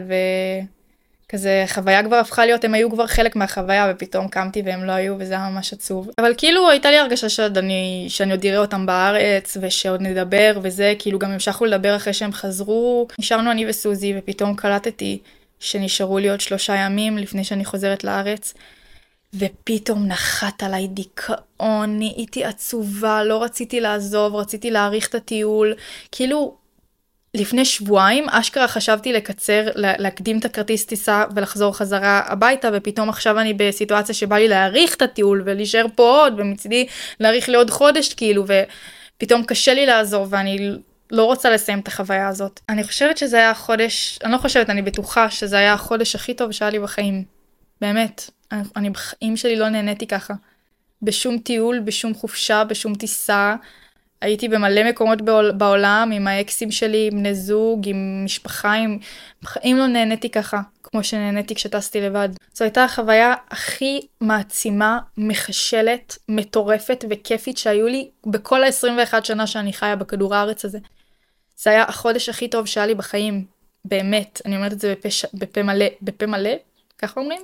[SPEAKER 2] וכזה חוויה כבר הפכה להיות, הם היו כבר חלק מהחוויה, ופתאום קמתי והם לא היו, וזה היה ממש עצוב. אבל כאילו הייתה לי הרגשה שאני, שאני עוד אראה אותם בארץ, ושעוד נדבר, וזה, כאילו גם המשכנו לדבר אחרי שהם חזרו. נשארנו אני וסוזי, ופתאום קלטתי שנשארו לי עוד שלושה ימים לפני שאני חוזרת לארץ, ופתאום נחת עליי דיכאון, נהייתי עצובה, לא רציתי לעזוב, רציתי להאריך את הטיול, כאילו... לפני שבועיים, אשכרה חשבתי לקצר, להקדים את הכרטיס טיסה ולחזור חזרה הביתה, ופתאום עכשיו אני בסיטואציה שבא לי להאריך את הטיול ולהישאר פה עוד, ומצידי להאריך לעוד חודש כאילו, ופתאום קשה לי לעזור, ואני לא רוצה לסיים את החוויה הזאת. אני חושבת שזה היה החודש, אני לא חושבת, אני בטוחה שזה היה החודש הכי טוב שהיה לי בחיים. באמת, אני, אני בחיים שלי לא נהניתי ככה. בשום טיול, בשום חופשה, בשום טיסה, הייתי במלא מקומות בעולם, עם האקסים שלי, עם בני זוג, עם משפחה, עם... בחיים לא נהניתי ככה, כמו שנהניתי כשטסתי לבד. זו הייתה החוויה הכי מעצימה, מחשלת, מטורפת וכיפית שהיו לי בכל ה-עשרים ואחת שנה שאני חיה בכדור הארץ הזה. זה היה החודש הכי טוב שהיה לי בחיים, באמת. אני אומרת את זה בפה, ש... בפה מלא, בפה מלא, ככה אומרים?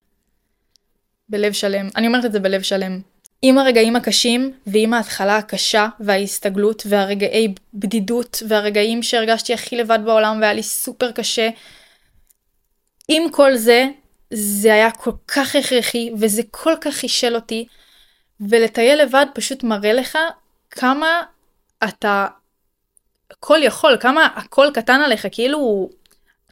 [SPEAKER 2] בלב שלם. אני אומרת את זה בלב שלם. עם הרגעים הקשים, ועם ההתחלה הקשה וההסתגלות והרגעי בדידות והרגעים שהרגשתי הכי לבד בעולם והיה לי סופר קשה, עם כל זה, זה היה כל כך הכרחי וזה כל כך חישל אותי, ולטייל לבד פשוט מראה לך כמה אתה הכל יכול, כמה הכל קטן עליך, כאילו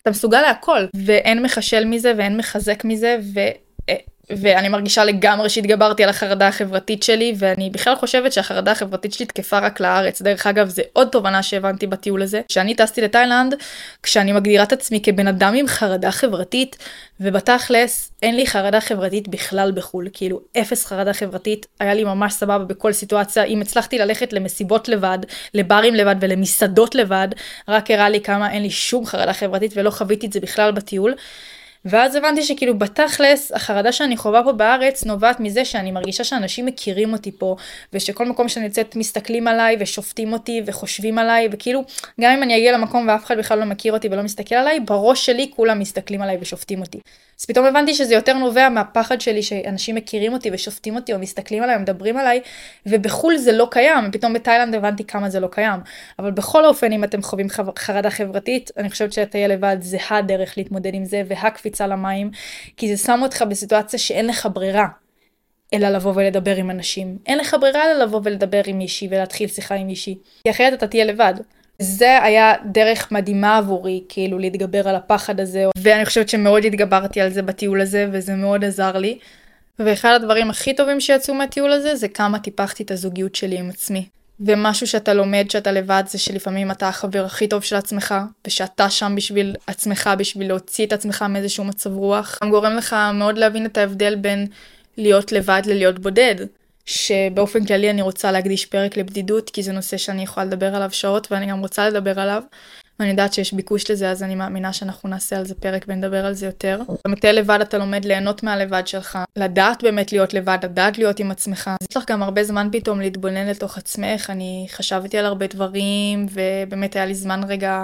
[SPEAKER 2] אתה מסוגל להכל, ואין מחשל מזה ואין מחזק מזה, ו... ואני מרגישה לגמרי שהתגברתי על החרדה החברתית שלי, ואני בכלל חושבת שהחרדה החברתית שלי תקפה רק לארץ. דרך אגב, זה עוד תובנה שהבנתי בטיול הזה. כשאני טסתי לתאילנד, כשאני מגדירה את עצמי כבן אדם עם חרדה חברתית, ובתכלס אין לי חרדה חברתית בכלל בחול, כאילו אפס חרדה חברתית, היה לי ממש סבבה בכל סיטואציה. אם הצלחתי ללכת למסיבות לבד, לברים לבד ולמסעדות לבד, רק הראה לי כמה אין לי שום חרדה חברתית, ולא חוויתי את זה בכלל בטיול. ואז הבנתי שכאילו בתכלס, החרדה שאני חווה פה בארץ נובעת מזה שאני מרגישה שאנשים מכירים אותי פה, ושכל מקום שאני יוצאת מסתכלים עליי ושופטים אותי וחושבים עליי, וכאילו גם אם אני אגיע למקום ואף אחד בכלל לא מכיר אותי ולא מסתכל עליי, בראש שלי כולם מסתכלים עליי ושופטים אותי. אז פתאום הבנתי שזה יותר נובע מהפחד שלי שאנשים מכירים אותי ושופטים אותי או מסתכלים עליי ומדברים עליי, ובחול זה לא קיים, ופתאום בתאילנד הבנתי כמה זה לא קיים. אבל בכל אופן, אם אתם חווים חרדה חברתית, אני חושבת שלטייל לבד זה הדרך להתמודד עם זה, והקפיצה למים, כי זה שם אותך בסיטואציה שאין לך ברירה, אלא לבוא ולדבר עם אנשים. אין לך ברירה אלא לבוא ולדבר עם מישהי ולהתחיל שיחה עם מישהי, כי אחרת אתה תהיה לבד. זה היה דרך מדהימה עבורי, כאילו להתגבר על הפחד הזה, ואני חושבת שמאוד התגברתי על זה בטיול הזה, וזה מאוד עזר לי. ואחד הדברים הכי טובים שיצאו מהטיול הזה, זה כמה טיפחתי את הזוגיות שלי עם עצמי. ומשהו שאתה לומד שאתה לבד, זה שלפעמים אתה החבר הכי טוב של עצמך, ושאתה שם בשביל עצמך, בשביל להוציא את עצמך מאיזשהו מצב רוח. גם גורם לך מאוד להבין את ההבדל בין להיות לבד ללהיות בודד. שבאופן כללי אני רוצה להקדיש פרק לבדידות, כי זה נושא שאני יכולה לדבר עליו שעות, ואני גם רוצה לדבר עליו. ואני יודעת שיש ביקוש לזה, אז אני מאמינה שאנחנו נעשה על זה פרק ונדבר על זה יותר. במטה לבד אתה לומד ליהנות מהלבד שלך, לדעת באמת להיות לבד, לדעת להיות עם עצמך. אז יש לך גם הרבה זמן פתאום להתבונן לתוך עצמך, אני חשבתי על הרבה דברים, ובאמת היה לי זמן רגע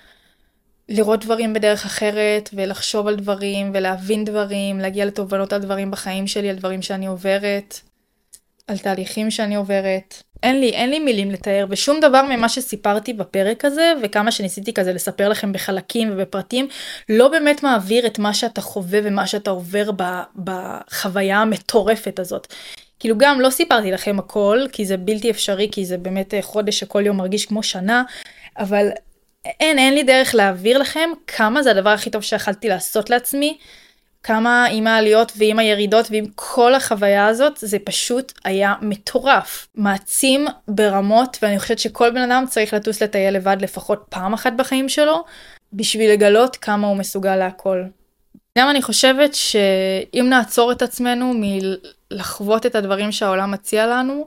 [SPEAKER 2] לראות דברים בדרך אחרת, ולחשוב על דברים, ולהבין דברים, להגיע לתובנות על דברים בחיים שלי, על דברים שאני עוברת. על תהליכים שאני עוברת. אין לי, אין לי מילים לתאר, ושום דבר ממה שסיפרתי בפרק הזה, וכמה שניסיתי כזה לספר לכם בחלקים ובפרטים, לא באמת מעביר את מה שאתה חווה ומה שאתה עובר ב, בחוויה המטורפת הזאת. כאילו גם לא סיפרתי לכם הכל, כי זה בלתי אפשרי, כי זה באמת חודש שכל יום מרגיש כמו שנה, אבל אין, אין לי דרך להעביר לכם כמה זה הדבר הכי טוב שיכלתי לעשות לעצמי, כמה עם העליות ועם הירידות ועם כל החוויה הזאת, זה פשוט היה מטורף. מעצים ברמות, ואני חושבת שכל בן אדם צריך לטוס לטייל לבד לפחות פעם אחת בחיים שלו, בשביל לגלות כמה הוא מסוגל להכל. גם אני חושבת שאם נעצור את עצמנו מלחוות את הדברים שהעולם מציע לנו,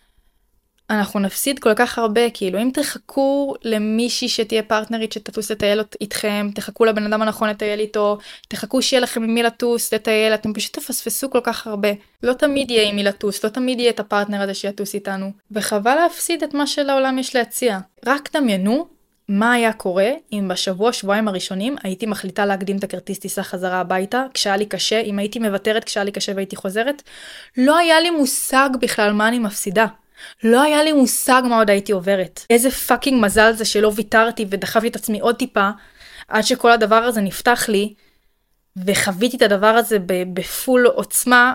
[SPEAKER 2] אנחנו נפסיד כל כך הרבה, כאילו אם תחכו למישהי שתהיה פרטנרית שתטוס לטייל איתכם, תחכו לבן אדם הנכון לטייל איתו, תחכו שיהיה לכם עם מי לטוס, לטייל, אתם פשוט תפספסו כל כך הרבה. לא תמיד יהיה עם מי לטוס, לא תמיד יהיה את הפרטנר הזה שיטוס איתנו, וחבל להפסיד את מה שלעולם יש להציע. רק דמיינו מה היה קורה אם בשבוע, שבועיים הראשונים הייתי מחליטה להקדים את הכרטיס טיסה חזרה הביתה, כשהיה לי קשה, אם הייתי מוותרת כשהיה לי קשה והייתי חוזרת, לא היה לי מושג בכלל מה אני מפסידה. לא היה לי מושג מה עוד הייתי עוברת. איזה פאקינג מזל זה שלא ויתרתי ודחפתי את עצמי עוד טיפה, עד שכל הדבר הזה נפתח לי, וחוויתי את הדבר הזה בפול עוצמה,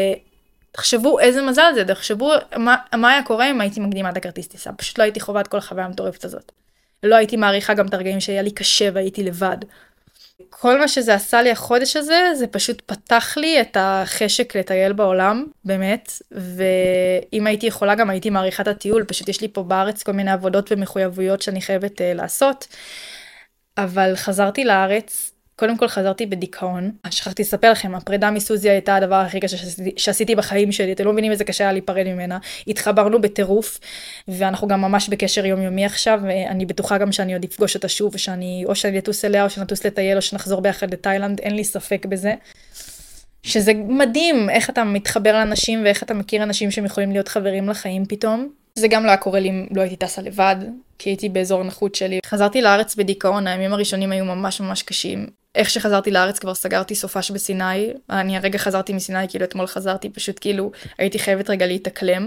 [SPEAKER 2] ותחשבו איזה מזל זה, תחשבו מה, מה היה קורה אם הייתי מקדימה את הכרטיס טיסה. פשוט לא הייתי חווה את כל החוויה המטורפת הזאת. לא הייתי מעריכה גם את הרגעים שהיה לי קשה והייתי לבד. כל מה שזה עשה לי החודש הזה, זה פשוט פתח לי את החשק לטייל בעולם, באמת, ואם הייתי יכולה גם הייתי מעריכה את הטיול, פשוט יש לי פה בארץ כל מיני עבודות ומחויבויות שאני חייבת uh, לעשות, אבל חזרתי לארץ, קודם כל חזרתי בדיכאון, שכחתי לספר לכם, הפרידה מסוזיה הייתה הדבר הכי קשה שעשיתי, שעשיתי בחיים שלי, אתם לא מבינים איזה קשה היה להיפרד ממנה, התחברנו בטירוף, ואנחנו גם ממש בקשר יומיומי עכשיו, ואני בטוחה גם שאני עוד אפגוש אותה שוב, ושאני, או שאני אטוס אליה, או שנטוס לטייל, או שנחזור ביחד לתאילנד, אין לי ספק בזה, שזה מדהים איך אתה מתחבר לאנשים, ואיך אתה מכיר אנשים שהם יכולים להיות חברים לחיים פתאום. זה גם לא היה קורה לי אם לא הייתי טסה לבד, כי הייתי באזור הנוחות שלי. חזרתי לארץ בדיכאון, הימים הראשונים היו ממש ממש קשים. איך שחזרתי לארץ כבר סגרתי סופש בסיני, אני הרגע חזרתי מסיני, כאילו אתמול חזרתי, פשוט כאילו הייתי חייבת רגע להתאקלם,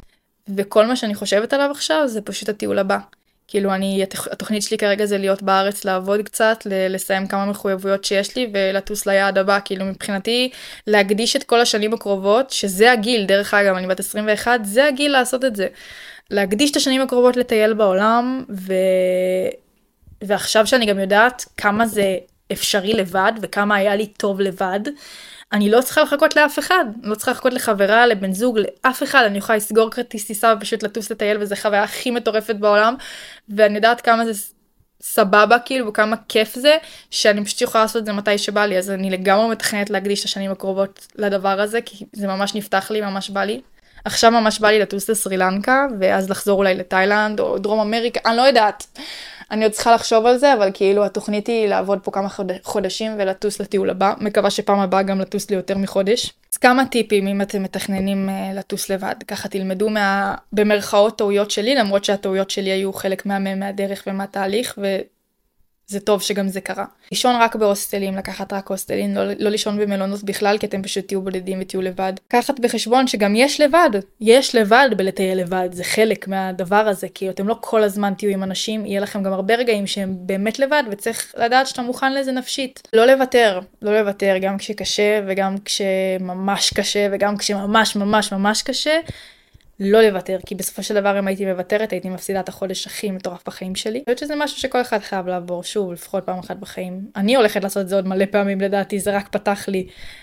[SPEAKER 2] וכל מה שאני חושבת עליו עכשיו זה פשוט הטיול הבא. כאילו אני, התוכנית שלי כרגע זה להיות בארץ, לעבוד קצת, לסיים כמה מחויבויות שיש לי, ולטוס ליעד הבא, כאילו מבחינתי להקדיש את כל השנים הקרובות, שזה הגיל, דרך אגב, אני בת עשרים ואחת, זה הגיל לעשות את זה. להקדיש את השנים הקרובות לטייל בעולם, ו... ועכשיו שאני גם יודעת כמה זה אפשרי לבד, וכמה היה לי טוב לבד, אני לא צריכה לחכות לאף אחד, אני לא צריכה לחכות לחברה, לבן זוג, לאף אחד, אני יכולה לסגור כרטיס טיסה ופשוט לטוס לטייל, וזו חוויה הכי מטורפת בעולם, ואני יודעת כמה זה סבבה, כאילו, וכמה כיף זה, שאני פשוט יכולה לעשות את זה מתי שבא לי, אז אני לגמרי מתכננת להקדיש את השנים הקרובות לדבר הזה, כי זה ממש נפתח לי, ממש בא לי. עכשיו ממש בא לי לטוס לסרי לנקה, ואז לחזור אולי לתאילנד, או דרום אמריקה, אני לא יודעת. אני עוד צריכה לחשוב על זה, אבל כאילו התוכנית היא לעבוד פה כמה חודשים ולטוס לטיול הבא. מקווה שפעם הבאה גם לטוס לי יותר מחודש. אז כמה טיפים אם אתם מתכננים לטוס לבד. ככה תלמדו מה, במרכאות טעויות שלי, למרות שהטעויות שלי היו חלק מהמם מהדרך ומהתהליך, וזה טוב שגם זה קרה. לישון רק בהוסטלים, לקחת רק הוסטלים, לא, לא לישון במלונות בכלל, כי אתם פשוט תהיו בודדים ותהיו לבד. לקחת בחשבון שגם יש לבד, יש לבד בלטייל לבד, זה חלק מהדבר הזה, כי אתם לא כל הזמן תהיו עם אנשים, יהיה לכם גם הרבה רגעים שהם באמת לבד, וצריך לדעת שאתה מוכן לזה נפשית. לא לוותר, לא לוותר, גם כשקשה, וגם כשממש קשה, וגם כשממש ממש ממש קשה, לא לוותר, כי בסופו של דבר אם הייתי מוותרת, הייתי מפסידה את החודש הכי מטורף בחיים שלי. אני חושבת שזה משהו שכל אחד חייב לעבור, שוב, לפחות פעם אחת בחיים. אני הולכת לעשות את זה עוד מלא פעמים, לדעתי, זה רק פתח לי.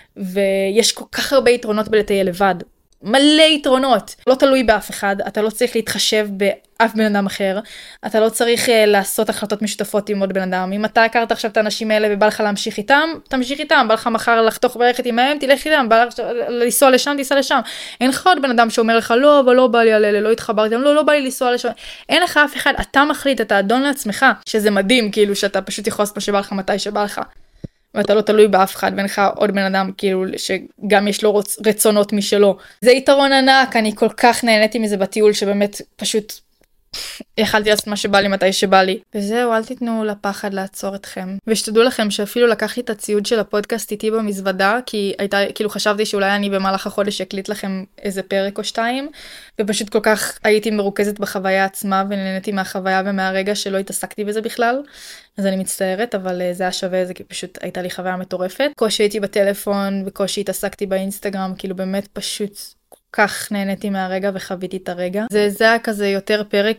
[SPEAKER 2] ויש כל כך הרבה יתרונות בלטייל לבד. מלא יתרונות. לא תלוי באף אחד, אתה לא צריך להתחשב באף בן אדם אחר, אתה לא צריך uh, לעשות החלטות משותפות עם עוד בן אדם. אם אתה הכרת עכשיו את האנשים האלה ובא לך להמשיך איתם, תמשיך איתם, בא לך מחר לחתוך ברכת עמהם, תלך איתם, בא לך לנסוע לשם, תיסע לשם. אין לך עוד בן אדם שאומר לך, לא, אבל לא בא לי על אלה, לא התחברתי, לא, לא בא לי לנסוע לשם. אין לך אף אחד, אתה מחליט, אתה אדון לעצמך, שזה מדהים, כאילו שאתה פשוט יכול לעשות מה שבא לך מתי שבא לך. ואתה לא תלוי באף אחד, ואין לך עוד בן אדם כאילו שגם יש לו רצונות משלו. זה יתרון ענק, אני כל כך נהניתי מזה בטיול שבאמת פשוט יכלתי לעשות מה שבא לי מתי שבא לי. וזהו, אל תיתנו לפחד לעצור אתכם. ושתדעו לכם שאפילו לקחתי את הציוד של הפודקאסט איתי במזוודה, כי הייתה, כאילו חשבתי שאולי אני במהלך החודש אקליט לכם איזה פרק או שתיים, ופשוט כל כך הייתי מרוכזת בחוויה עצמה, ונהניתי מהחוויה ומהרגע שלא התעסקתי בזה בכלל. אז אני מצטערת, אבל זה היה שווה, זה כי פשוט הייתה לי חוויה מטורפת. קושי הייתי בטלפון, וקושי התעסקתי באינסטגרם, כאילו באמת פשוט כל כך נהניתי מהרגע וחוויתי את הרגע. זה, זה היה כזה יותר פרק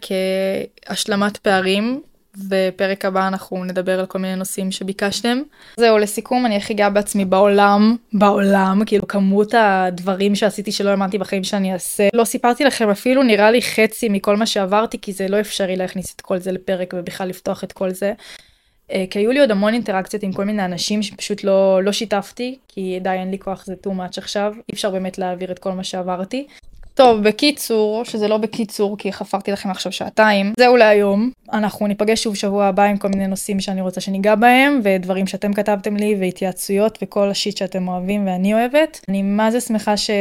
[SPEAKER 2] השלמת פערים, ופרק הבא אנחנו נדבר על כל מיני נושאים שביקשתם. זהו, לסיכום, אני הכי גאה בעצמי בעולם, בעולם, כאילו כמות הדברים שעשיתי שלא האמנתי בחיים שאני אעשה. לא סיפרתי לכם אפילו, נראה לי חצי מכל מה שעברתי, כי זה לא אפשרי להכניס את כל זה לפרק ובכלל לפתוח את כל זה. כי היו לי עוד המון אינטראקציות עם כל מיני אנשים שפשוט לא, לא שיתפתי, כי די אין לי כוח, זה too much עכשיו, אי אפשר באמת להעביר את כל מה שעברתי. טוב, בקיצור, שזה לא בקיצור, כי חפרתי לכם עכשיו שעתיים, זהו להיום. אנחנו ניפגש שוב שבוע הבא עם כל מיני נושאים שאני רוצה שניגע בהם, ודברים שאתם כתבתם לי, והתייעצויות, וכל השיט שאתם אוהבים ואני אוהבת. אני מה זה שמחה ש...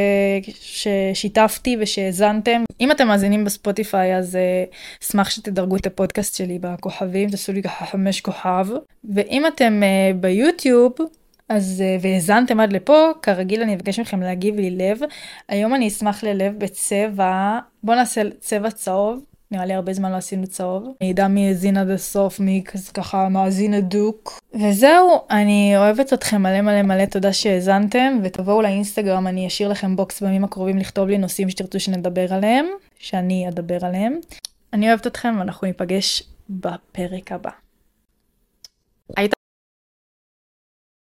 [SPEAKER 2] ששיתפתי ושהזנתם. אם אתם מאזינים בספוטיפיי, אז uh, שמח שתדרגו את הפודקאסט שלי בכוכבים, תעשו לי ככה חמש כוכב. ואם אתם uh, ביוטיוב, אז והזנתם עד לפה, כרגיל אני אבקש מכם להגיב לי לב. היום אני אשמח ללב בצבע, בואו נעשה צבע צהוב, נראה לי הרבה זמן לא עשינו צהוב. אני אדע מי האזין עד הסוף, מי ככה מאזין הדוק. וזהו, אני אוהבת אתכם מלא מלא מלא, תודה שהזנתם, ותבואו לאינסטגרם, אני אשאיר לכם בוקס בימים הקרובים לכתוב לי נושאים שתרצו שנדבר עליהם, שאני אדבר עליהם. אני אוהבת אתכם ואנחנו ניפגש בפרק הבא.